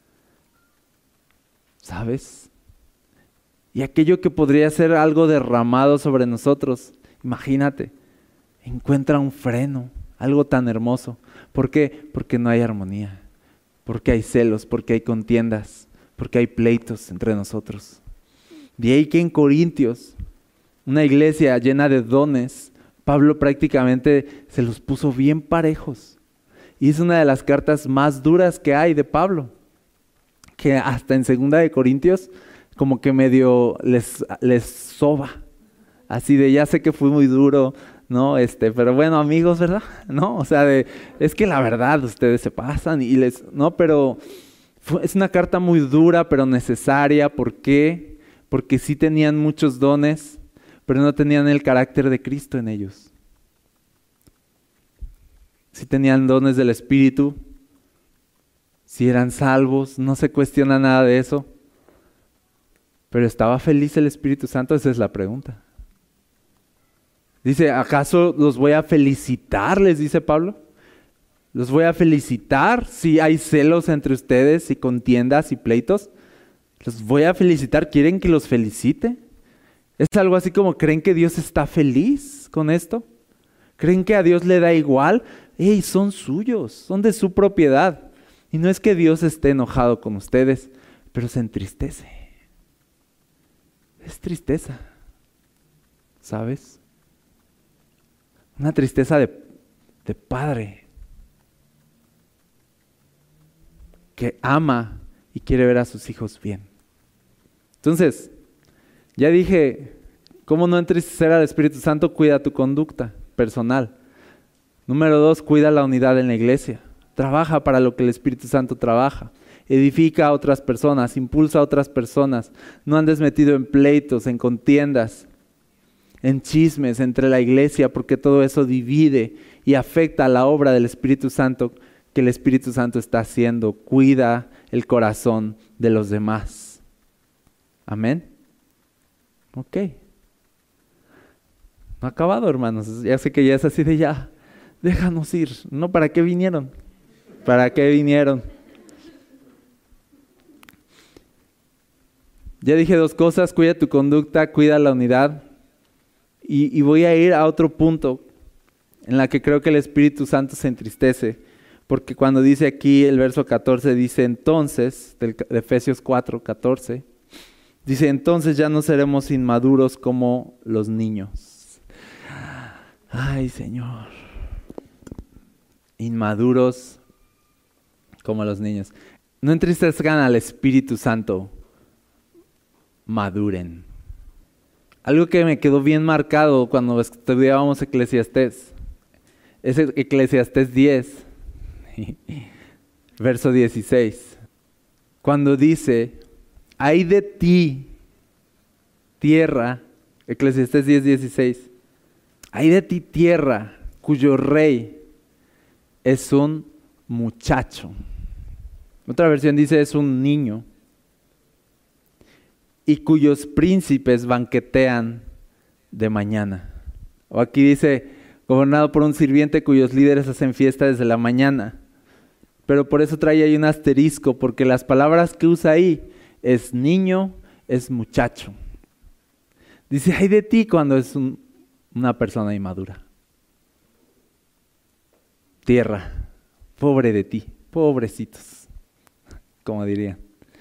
¿Sabes? Y aquello que podría ser algo derramado sobre nosotros, imagínate, encuentra un freno algo tan hermoso. ¿Por qué? Porque no hay armonía, porque hay celos, porque hay contiendas, porque hay pleitos entre nosotros. De ahí que en Corintios, una iglesia llena de dones, Pablo prácticamente se los puso bien parejos. Y es una de las cartas más duras que hay de Pablo, que hasta en 2 de Corintios como que medio les soba. Así de, ya sé que fui muy duro, ¿no? Pero bueno, amigos, ¿verdad? ¿No? O sea, es que la verdad, ustedes se pasan no, pero es una carta muy dura, pero necesaria. ¿Por qué? Porque sí tenían muchos dones, pero no tenían el carácter de Cristo en ellos. Sí tenían dones del Espíritu, sí eran salvos, no se cuestiona nada de eso. Pero ¿estaba feliz el Espíritu Santo? Esa es la pregunta. Dice, ¿acaso los voy a felicitar? Les dice Pablo. ¿Los voy a felicitar si hay celos entre ustedes y contiendas y pleitos? ¿Los voy a felicitar? ¿Quieren que los felicite? Es algo así como, ¿creen que Dios está feliz con esto? ¿Creen que a Dios le da igual? ¡Ey, son suyos! Son de su propiedad. Y no es que Dios esté enojado con ustedes, pero se entristece. Es tristeza, ¿sabes? Una tristeza de padre que ama y quiere ver a sus hijos bien. Entonces, ya dije, ¿cómo no entristecer al Espíritu Santo? Cuida tu conducta personal. Número 2, cuida la unidad en la iglesia. Trabaja para lo que el Espíritu Santo trabaja. Edifica a otras personas, impulsa a otras personas. No andes metido en pleitos, en contiendas, en chismes entre la iglesia, porque todo eso divide y afecta a la obra del Espíritu Santo que el Espíritu Santo está haciendo. Cuida el corazón de los demás. Amén. Ok. No ha acabado, hermanos. Ya sé que ya es así de ya. Déjanos ir. No, ¿para qué vinieron? ¿Para qué vinieron? Ya dije 2 cosas. Cuida tu conducta, cuida la unidad. Y voy a ir a otro punto en la que creo que el Espíritu Santo se entristece. Porque cuando dice aquí el verso 14, dice entonces, de Efesios 4, 14, dice entonces ya no seremos inmaduros como los niños. Ay, Señor. Inmaduros como los niños. No entristezcan al Espíritu Santo. Maduren. Algo que me quedó bien marcado cuando estudiábamos Eclesiastés. Es Eclesiastés 10, verso 16. Cuando dice, ay de ti, tierra, Eclesiastés 10, 16. Ay de ti, tierra, cuyo rey es un muchacho. Otra versión dice es un niño. Y cuyos príncipes banquetean de mañana. O aquí dice, gobernado por un sirviente cuyos líderes hacen fiesta desde la mañana. Pero por eso trae ahí un asterisco, porque las palabras que usa ahí es niño, es muchacho. Dice, ay de ti cuando es una persona inmadura. Tierra, pobre de ti, pobrecitos, como dirían.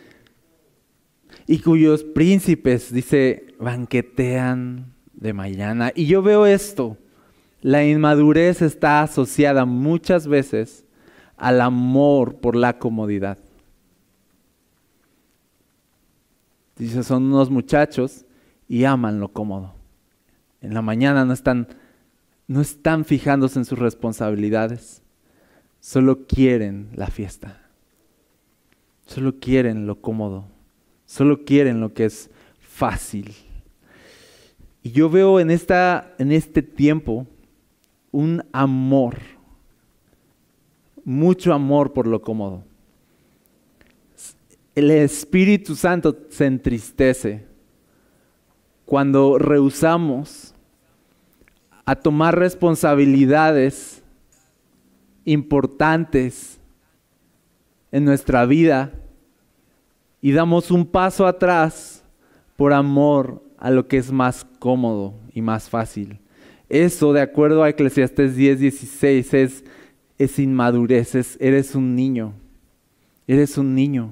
Y cuyos príncipes, dice, banquetean de mañana. Y yo veo esto, la inmadurez está asociada muchas veces al amor por la comodidad. Dice, son unos muchachos y aman lo cómodo. En la mañana no están fijándose en sus responsabilidades, solo quieren la fiesta, solo quieren lo cómodo. Solo quieren lo que es fácil. Y yo veo en este tiempo un amor, mucho amor por lo cómodo. El Espíritu Santo se entristece cuando rehusamos a tomar responsabilidades importantes en nuestra vida y damos un paso atrás por amor a lo que es más cómodo y más fácil. Eso, de acuerdo a Eclesiastés 10:16, es inmadurez, eres un niño. Eres un niño.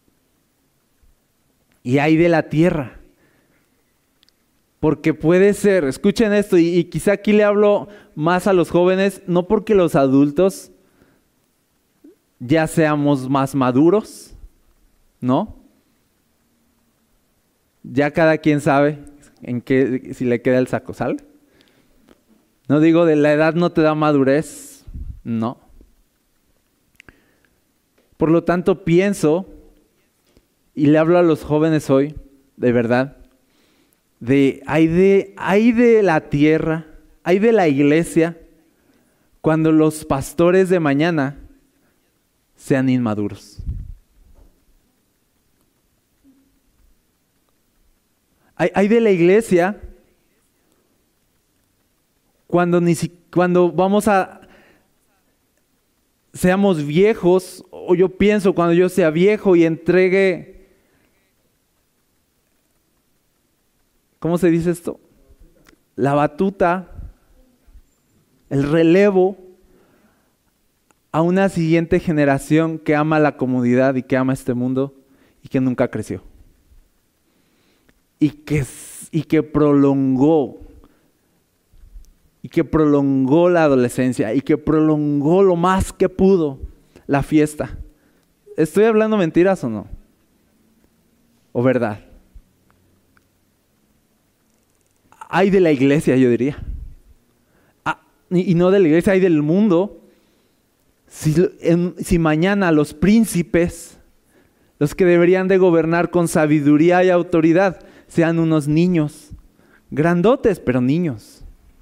Y hay de la tierra. Porque puede ser, escuchen esto, y quizá aquí le hablo más a los jóvenes, no porque los adultos ya seamos más maduros, ¿no? Ya cada quien sabe en qué, si le queda el saco, ¿sale? No digo de la edad no te da madurez, no. Por lo tanto pienso, y le hablo a los jóvenes hoy, de verdad, hay de la tierra, hay de la iglesia, cuando los pastores de mañana sean inmaduros. Hay de la iglesia cuando seamos viejos, o yo pienso cuando yo sea viejo y entregue, ¿cómo se dice esto? La batuta, el relevo a una siguiente generación que ama la comunidad y que ama este mundo y que nunca creció. Y que prolongó la adolescencia y que prolongó lo más que pudo la fiesta. ¿Estoy hablando mentiras o no? ¿O verdad? Hay de la iglesia, yo diría. Y no de la iglesia, hay del mundo. Si mañana los príncipes, los que deberían de gobernar con sabiduría y autoridad, sean unos niños, grandotes, pero niños.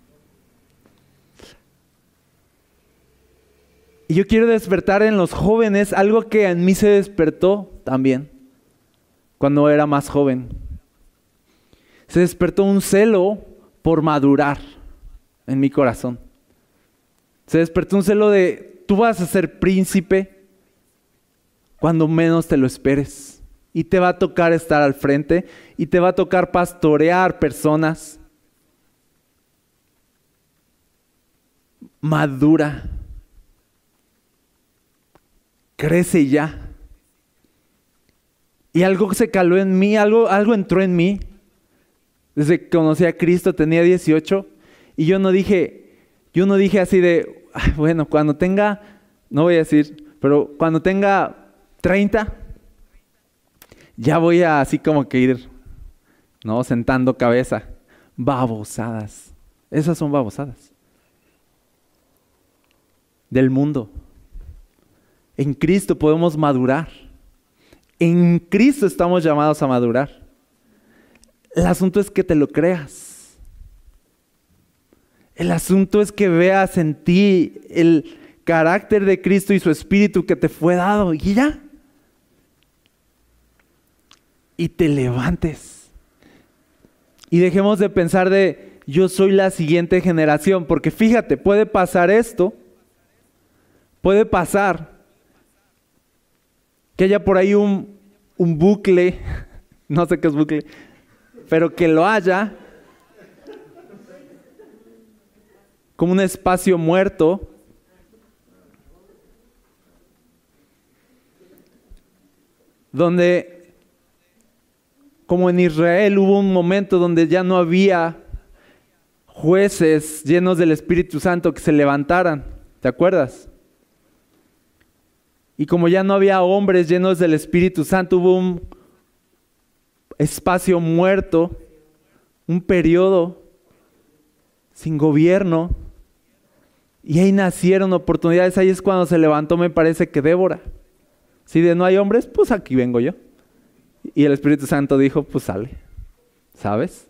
Y yo quiero despertar en los jóvenes algo que en mí se despertó también, cuando era más joven. Se despertó un celo por madurar en mi corazón. Se despertó un celo de, tú vas a ser príncipe cuando menos te lo esperes. Y te va a tocar estar al frente y te va a tocar pastorear personas. Madura. Crece ya. Y algo se caló en mí, algo entró en mí. Desde que conocí a Cristo tenía 18 y yo no dije así de, bueno, cuando tenga, no voy a decir, pero cuando tenga 30, ya voy a así como que ir, ¿no? Sentando cabeza. Babosadas. Esas son babosadas. Del mundo. En Cristo podemos madurar. En Cristo estamos llamados a madurar. El asunto es que te lo creas. El asunto es que veas en ti el carácter de Cristo y su Espíritu que te fue dado. Y ya. Y te levantes. Y dejemos de pensar de yo soy la siguiente generación. Porque fíjate, puede pasar esto. Puede pasar que haya por ahí un bucle. No sé qué es bucle. Pero que lo haya. Como un espacio muerto. Donde, como en Israel, hubo un momento donde ya no había jueces llenos del Espíritu Santo que se levantaran. ¿Te acuerdas? Y como ya no había hombres llenos del Espíritu Santo, hubo un espacio muerto, un periodo sin gobierno. Y ahí nacieron oportunidades. Ahí es cuando se levantó, me parece que Débora. Si de no hay hombres, pues aquí vengo yo. Y el Espíritu Santo dijo, pues sale. ¿Sabes?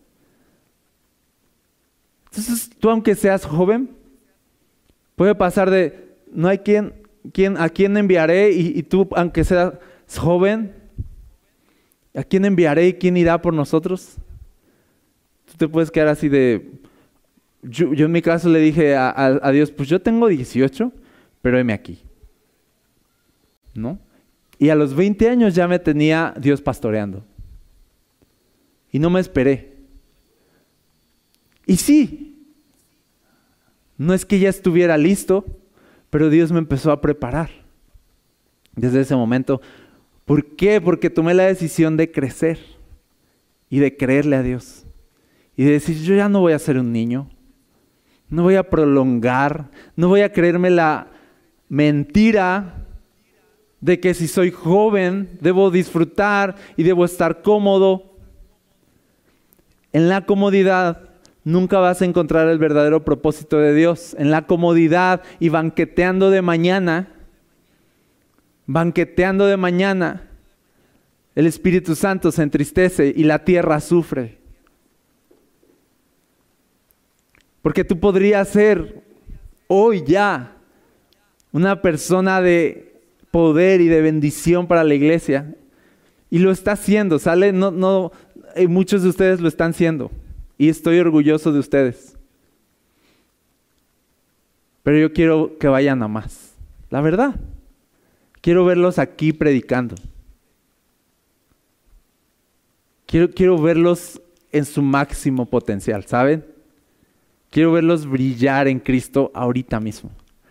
Entonces, tú aunque seas joven, puede pasar de, no hay a quién enviaré, y tú aunque seas joven, ¿a quién enviaré y quién irá por nosotros? Tú te puedes quedar así de, yo en mi caso le dije a Dios, pues yo tengo 18, pero heme aquí. ¿No? Y a los 20 años ya me tenía Dios pastoreando. Y no me esperé. Y sí, No es que ya estuviera listo, pero Dios me empezó a preparar desde ese momento. ¿Por qué? Porque tomé la decisión de crecer y de creerle a Dios. Y de decir, yo ya no voy a ser un niño, no voy a prolongar, no voy a creerme la mentira de que si soy joven debo disfrutar y debo estar cómodo. En la comodidad nunca vas a encontrar el verdadero propósito de Dios. En la comodidad y banqueteando de mañana, el Espíritu Santo se entristece y la tierra sufre. Porque tú podrías ser hoy ya una persona de poder y de bendición para la iglesia. Y lo está haciendo, ¿sale? Muchos de ustedes lo están haciendo. Y estoy orgulloso de ustedes. Pero yo quiero que vayan a más. La verdad. Quiero verlos aquí predicando. Quiero verlos en su máximo potencial, ¿saben? Quiero verlos brillar en Cristo ahorita mismo.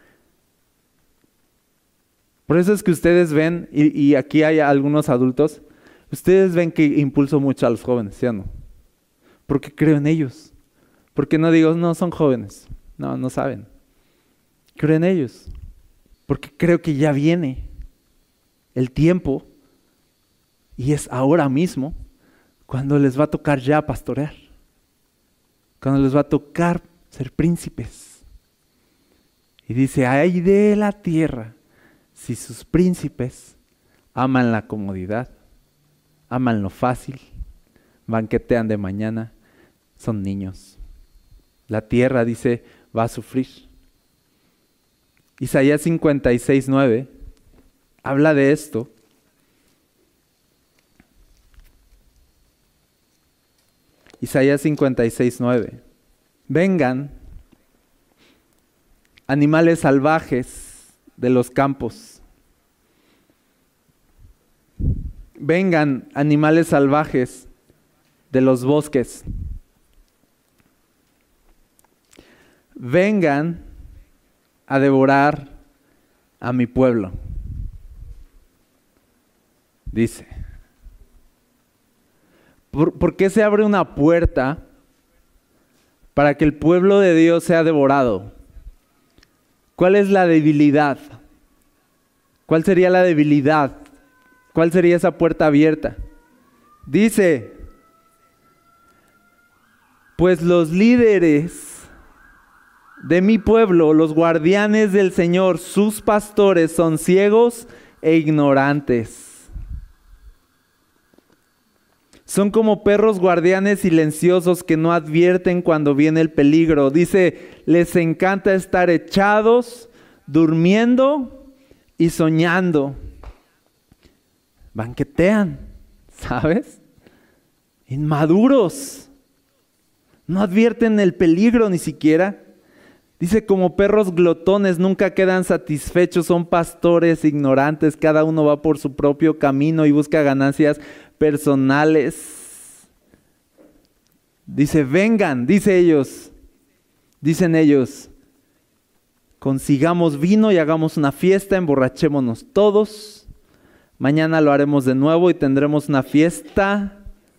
Por eso es que ustedes ven, y aquí hay algunos adultos, ustedes ven que impulso mucho a los jóvenes, ¿sí o no? Porque creo en ellos. Porque no digo, no, son jóvenes. No saben. Creo en ellos. Porque creo que ya viene el tiempo, y es ahora mismo, cuando les va a tocar ya pastorear. Cuando les va a tocar ser príncipes. Y dice, ay de la tierra, si sus príncipes aman la comodidad, aman lo fácil, banquetean de mañana, son niños. La tierra, dice, va a sufrir. Isaías 56:9 habla de esto. Isaías 56:9. Vengan, animales salvajes de los campos. Vengan, animales salvajes de los bosques. Vengan a devorar a mi pueblo. Dice. ¿Por qué se abre una puerta para que el pueblo de Dios sea devorado? ¿Cuál es la debilidad? ¿Cuál sería la debilidad? ¿Cuál sería esa puerta abierta? Dice, pues los líderes de mi pueblo, los guardianes del Señor, sus pastores, son ciegos e ignorantes. Son como perros guardianes silenciosos que no advierten cuando viene el peligro. Dice, les encanta estar echados, durmiendo y soñando. Banquetean, ¿sabes? Inmaduros. No advierten el peligro ni siquiera. Dice, como perros glotones, nunca quedan satisfechos, son pastores ignorantes, cada uno va por su propio camino y busca ganancias personales. Dice, vengan, dicen ellos, consigamos vino y hagamos una fiesta, emborrachémonos todos. Mañana lo haremos de nuevo y tendremos una fiesta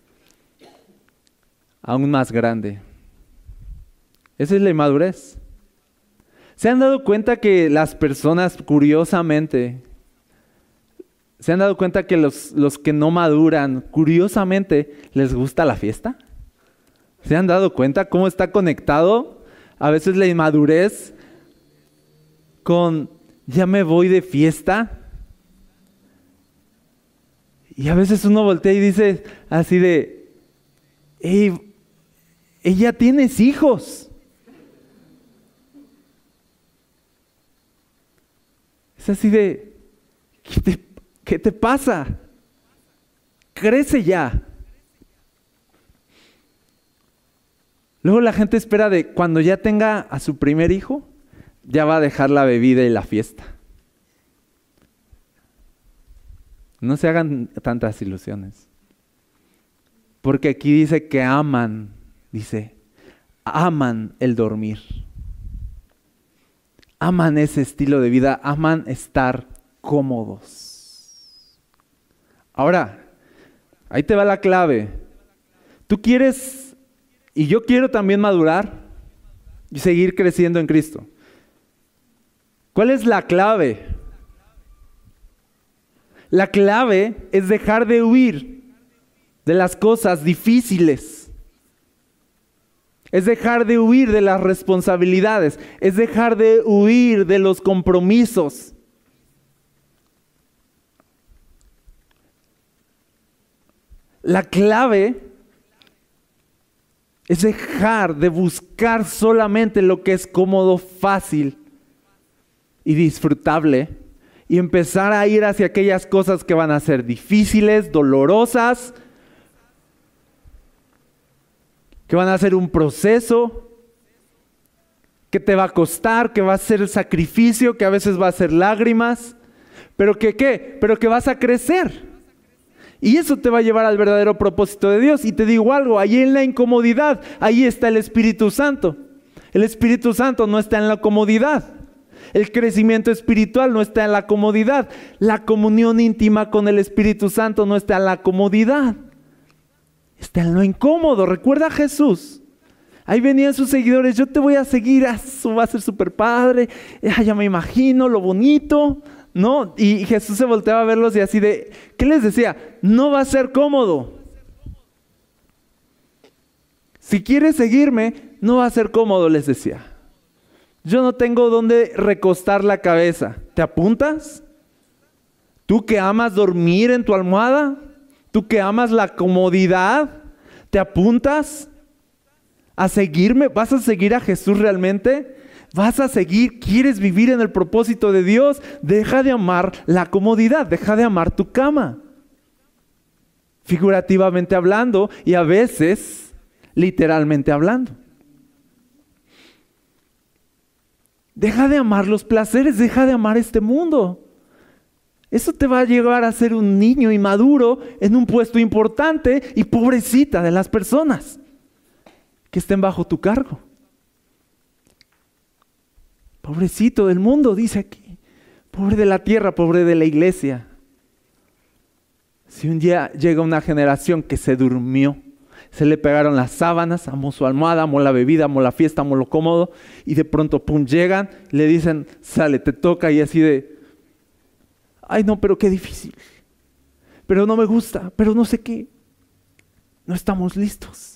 aún más grande. Esa es la inmadurez. ¿Se han dado cuenta que las personas, curiosamente, se han dado cuenta que los que no maduran, curiosamente, les gusta la fiesta? ¿Se han dado cuenta cómo está conectado a veces la inmadurez con ya me voy de fiesta? Y a veces uno voltea y dice así de, hey, ella tienes hijos. Es así de, ¿qué te pasa? Crece ya. Luego la gente espera de cuando ya tenga a su primer hijo, ya va a dejar la bebida y la fiesta. No se hagan tantas ilusiones. Porque aquí dice que aman el dormir. aman ese estilo de vida, aman estar cómodos. Ahora, ahí te va la clave. Tú quieres, y yo quiero también madurar y seguir creciendo en Cristo. ¿Cuál es la clave? La clave es dejar de huir de las cosas difíciles. Es dejar de huir de las responsabilidades. Es dejar de huir de los compromisos. La clave es dejar de buscar solamente lo que es cómodo, fácil y disfrutable y empezar a ir hacia aquellas cosas que van a ser difíciles, dolorosas, que van a ser un proceso, que te va a costar, que va a ser sacrificio, que a veces va a ser lágrimas, pero que ¿qué? Pero que vas a crecer. Y eso te va a llevar al verdadero propósito de Dios. Y te digo algo, ahí en la incomodidad, ahí está el Espíritu Santo. El Espíritu Santo no está en la comodidad. El crecimiento espiritual no está en la comodidad. La comunión íntima con el Espíritu Santo no está en la comodidad. Está en lo incómodo. Recuerda a Jesús. Ahí venían sus seguidores. Yo te voy a seguir. Eso va a ser súper padre. Ya me imagino lo bonito, ¿no? Y Jesús se volteaba a verlos y así de... ¿Qué les decía? No va a ser cómodo. Si quieres seguirme, no va a ser cómodo, les decía. Yo no tengo dónde recostar la cabeza. ¿Te apuntas? ¿Tú que amas dormir en tu almohada? ¿Tú que amas la comodidad? ¿Te apuntas a seguirme? ¿Vas a seguir a Jesús realmente? ¿Vas a seguir? ¿Quieres vivir en el propósito de Dios? Deja de amar la comodidad. Deja de amar tu cama. Figurativamente hablando y a veces literalmente hablando. Deja de amar los placeres, deja de amar este mundo. Eso te va a llevar a ser un niño inmaduro en un puesto importante y pobrecita de las personas que estén bajo tu cargo. Pobrecito del mundo, dice aquí. Pobre de la tierra, pobre de la iglesia. Si un día llega una generación que se durmió, se le pegaron las sábanas, amó su almohada, amó la bebida, amó la fiesta, amó lo cómodo, y de pronto, pum, llegan, le dicen, sale, te toca, y así de, ay no, pero qué difícil, pero no me gusta, pero no sé qué. No estamos listos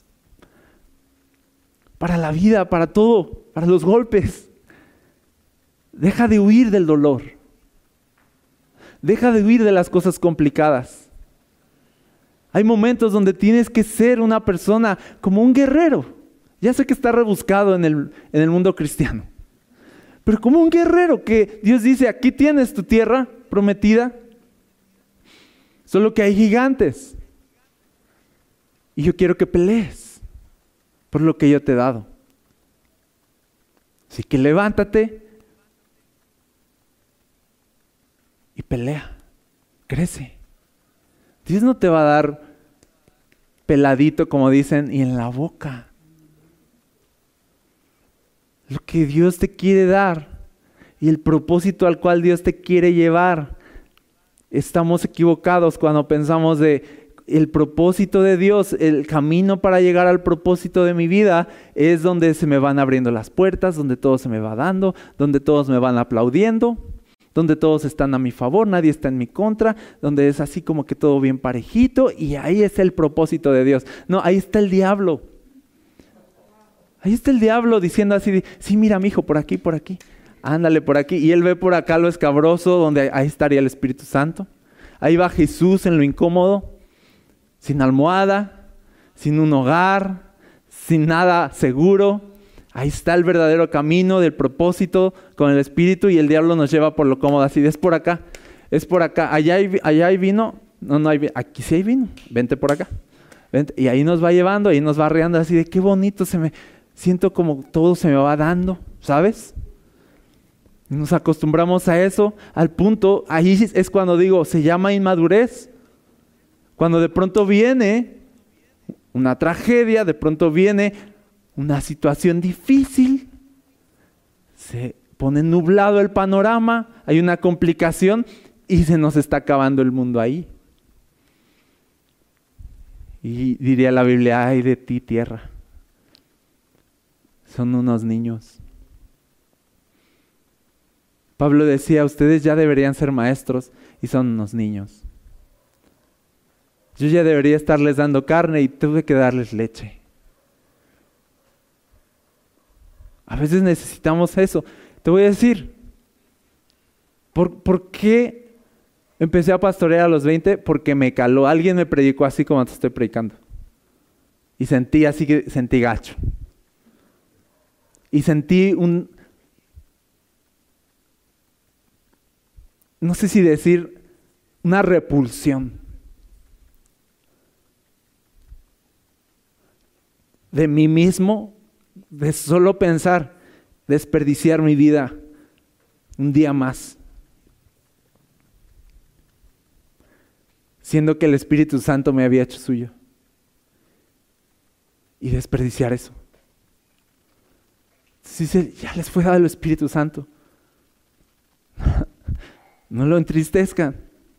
para la vida, para todo, para los golpes. Deja de huir del dolor. Deja de huir de las cosas complicadas. Hay momentos donde tienes que ser una persona como un guerrero. Ya sé que está rebuscado en el mundo cristiano. Pero como un guerrero que Dios dice, aquí tienes tu tierra prometida. Solo que hay gigantes. Y yo quiero que pelees por lo que yo te he dado. Así que levántate y pelea. Crece. Dios no te va a dar peladito, como dicen, y en la boca. Lo que Dios te quiere dar y el propósito al cual Dios te quiere llevar. Estamos equivocados cuando pensamos de el propósito de Dios, el camino para llegar al propósito de mi vida es donde se me van abriendo las puertas, donde todo se me va dando, donde todos me van aplaudiendo, donde todos están a mi favor, nadie está en mi contra, donde es así como que todo bien parejito y ahí es el propósito de Dios. No, ahí está el diablo. Ahí está el diablo diciendo así, sí, mira mijo, por aquí, ándale por aquí. Y él ve por acá lo escabroso, donde ahí estaría el Espíritu Santo. Ahí va Jesús en lo incómodo, sin almohada, sin un hogar, sin nada seguro. Ahí está el verdadero camino del propósito con el Espíritu y el diablo nos lleva por lo cómodo. Así, es por acá, allá hay vino, no hay vino, aquí sí hay vino, vente por acá. Vente. Y ahí nos va llevando, ahí nos va arreando así de qué bonito siento como todo se me va dando, ¿sabes? Y nos acostumbramos a eso, al punto, ahí es cuando digo, se llama inmadurez. Cuando de pronto viene una tragedia, de pronto viene una situación difícil, se pone nublado el panorama, hay una complicación y se nos está acabando el mundo ahí. Y diría la Biblia, ay de ti, tierra. Son unos niños. Pablo decía, ustedes ya deberían ser maestros y son unos niños. Yo ya debería estarles dando carne y tuve que darles leche. A veces necesitamos eso. Te voy a decir, ¿por qué empecé a pastorear a los 20? Porque me caló. Alguien me predicó así como te estoy predicando. Y sentí así que sentí gacho. Y sentí no sé si decir, una repulsión de mí mismo, de solo pensar, desperdiciar mi vida un día más, siendo que el Espíritu Santo me había hecho suyo, y desperdiciar eso. Sí, ya les fue dado el Espíritu Santo. No lo entristezcan.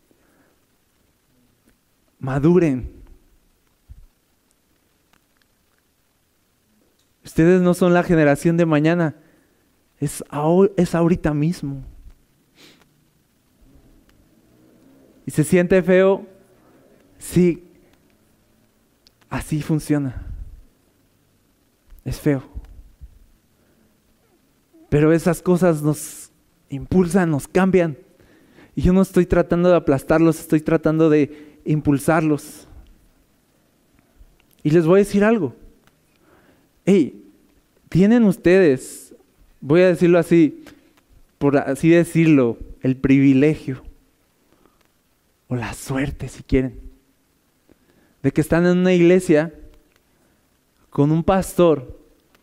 Maduren. Ustedes no son la generación de mañana. Es ahorita mismo. ¿Y se siente feo? Sí. Así funciona. Es feo. Pero esas cosas nos impulsan, nos cambian. Y yo no estoy tratando de aplastarlos, estoy tratando de impulsarlos. Y les voy a decir algo. Hey, tienen ustedes, voy a decirlo así, por así decirlo, el privilegio, o la suerte si quieren, de que están en una iglesia con un pastor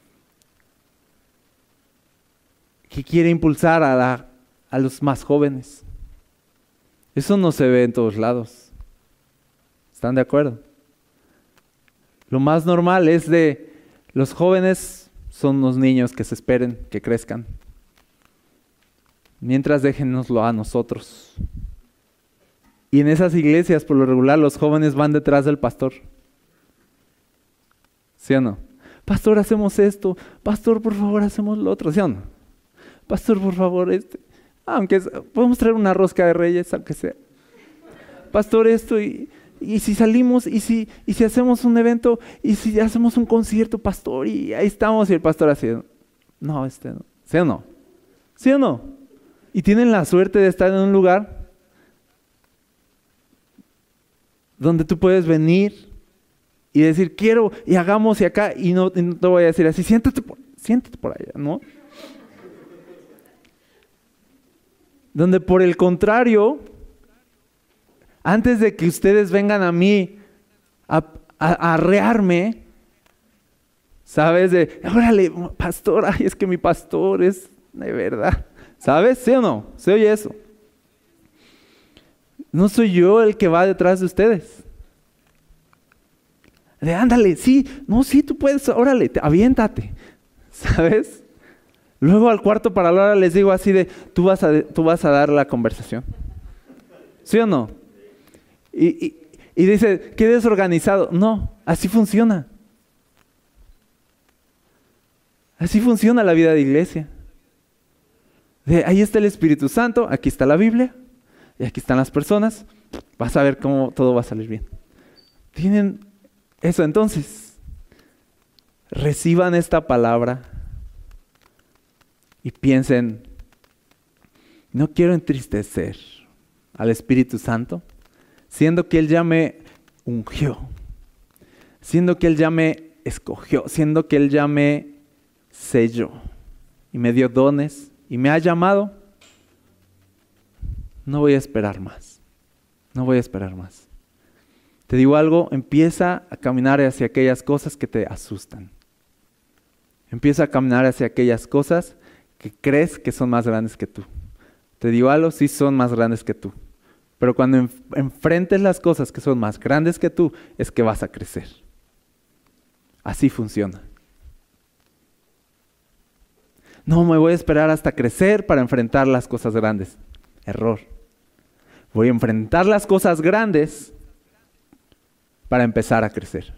que quiere impulsar a los más jóvenes. Eso no se ve en todos lados. ¿Están de acuerdo? Lo más normal es de los jóvenes son los niños que se esperen, que crezcan. Mientras déjennoslo a nosotros. Y en esas iglesias, por lo regular, los jóvenes van detrás del pastor. ¿Sí o no? Pastor, hacemos esto. Pastor, por favor, hacemos lo otro. ¿Sí o no? Pastor, por favor, aunque podemos traer una rosca de reyes, aunque sea. Pastor, esto y si salimos y si hacemos un evento y si hacemos un concierto, pastor, y ahí estamos y el pastor así, no, no. ¿Sí o no? ¿Sí o no? Y tienen la suerte de estar en un lugar donde tú puedes venir y decir, quiero, y hagamos y acá, y no te voy a decir así, siéntate por allá, ¿no? Donde por el contrario, antes de que ustedes vengan a mí a arrearme, ¿sabes? Órale, pastor, ay, es que mi pastor es de verdad. ¿Sabes? ¿Sí o no? ¿Se oye eso? No soy yo el que va detrás de ustedes. Ándale, sí, no, sí, tú puedes, órale, aviéntate. ¿Sabes? Luego al cuarto para la hora les digo así de, tú vas a dar la conversación. ¿Sí o no? Y dice, qué desorganizado. No, así funciona. Así funciona la vida de iglesia. Ahí está el Espíritu Santo, aquí está la Biblia, y aquí están las personas. Vas a ver cómo todo va a salir bien. Tienen eso, entonces, reciban esta palabra y piensen, no quiero entristecer al Espíritu Santo, siendo que Él ya me ungió, siendo que Él ya me escogió, siendo que Él ya me selló y me dio dones y me ha llamado. No voy a esperar más. No voy a esperar más. Te digo algo, empieza a caminar hacia aquellas cosas que te asustan. Empieza a caminar hacia aquellas cosas que crees que son más grandes que tú. Te digo algo, sí son más grandes que tú. Pero cuando enfrentes las cosas que son más grandes que tú, es que vas a crecer. Así funciona. No, me voy a esperar hasta crecer para enfrentar las cosas grandes. Error. Voy a enfrentar las cosas grandes para empezar a crecer.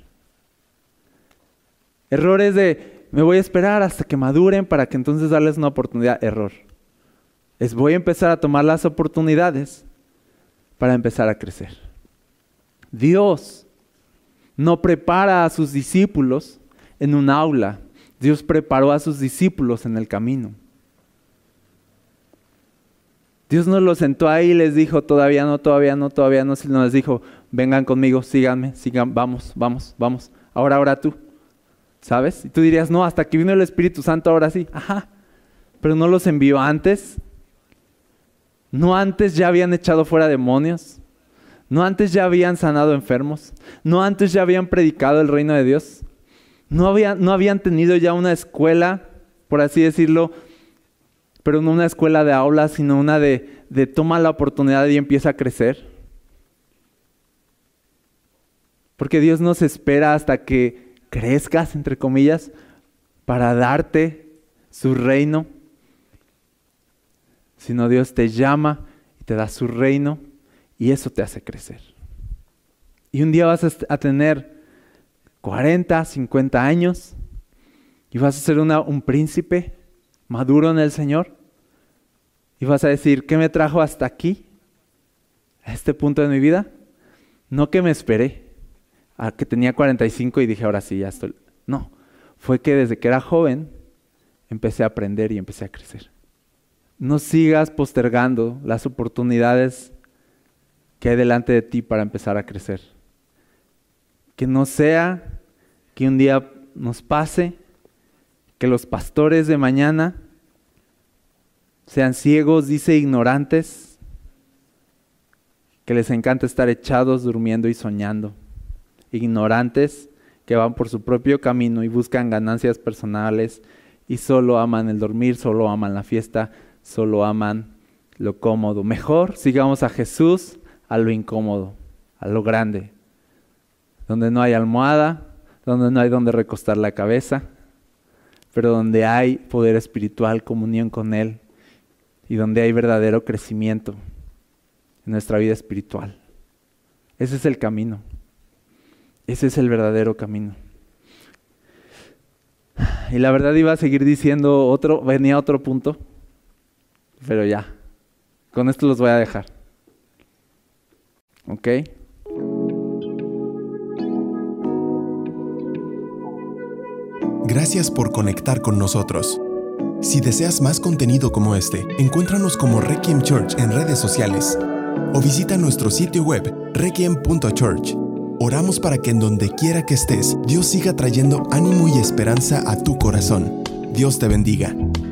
Errores de, me voy a esperar hasta que maduren para que entonces darles una oportunidad. Error. Voy a empezar a tomar las oportunidades para empezar a crecer. Dios no prepara a sus discípulos en un aula. Dios preparó a sus discípulos en el camino. Dios no los sentó ahí y les dijo, todavía no, sino les dijo, vengan conmigo, síganme, vamos, ahora tú, ¿sabes? Y tú dirías, no, hasta que vino el Espíritu Santo, ahora sí, ajá, pero no los envió antes. ¿No antes ya habían echado fuera demonios? ¿No antes ya habían sanado enfermos? ¿No antes ya habían predicado el reino de Dios? ¿No habían tenido ya una escuela, por así decirlo, pero no una escuela de aulas, sino una de toma la oportunidad y empieza a crecer? Porque Dios no se espera hasta que crezcas, entre comillas, para darte su reino, sino Dios te llama y te da su reino y eso te hace crecer. Y un día vas a tener 40, 50 años y vas a ser un príncipe maduro en el Señor y vas a decir, ¿qué me trajo hasta aquí? A este punto de mi vida. No que me esperé a que tenía 45 y dije, ahora sí, ya estoy. No, fue que desde que era joven empecé a aprender y empecé a crecer. No sigas postergando las oportunidades que hay delante de ti para empezar a crecer. Que no sea que un día nos pase que los pastores de mañana sean ciegos, dice, ignorantes, que les encanta estar echados, durmiendo y soñando. Ignorantes que van por su propio camino y buscan ganancias personales y solo aman el dormir, solo aman la fiesta, solo aman lo cómodo. Mejor sigamos a Jesús a lo incómodo, a lo grande, donde no hay almohada, donde no hay donde recostar la cabeza, pero donde hay poder espiritual, comunión con Él y donde hay verdadero crecimiento en nuestra vida espiritual. Ese es el camino. Ese es el verdadero camino. Y la verdad iba a seguir diciendo venía otro punto, pero ya, con esto los voy a dejar. ¿Ok? Gracias por conectar con nosotros. Si deseas más contenido como este, encuéntranos como Requiem Church en redes sociales o visita nuestro sitio web requiem.church. Oramos para que en donde quiera que estés, Dios siga trayendo ánimo y esperanza a tu corazón. Dios te bendiga.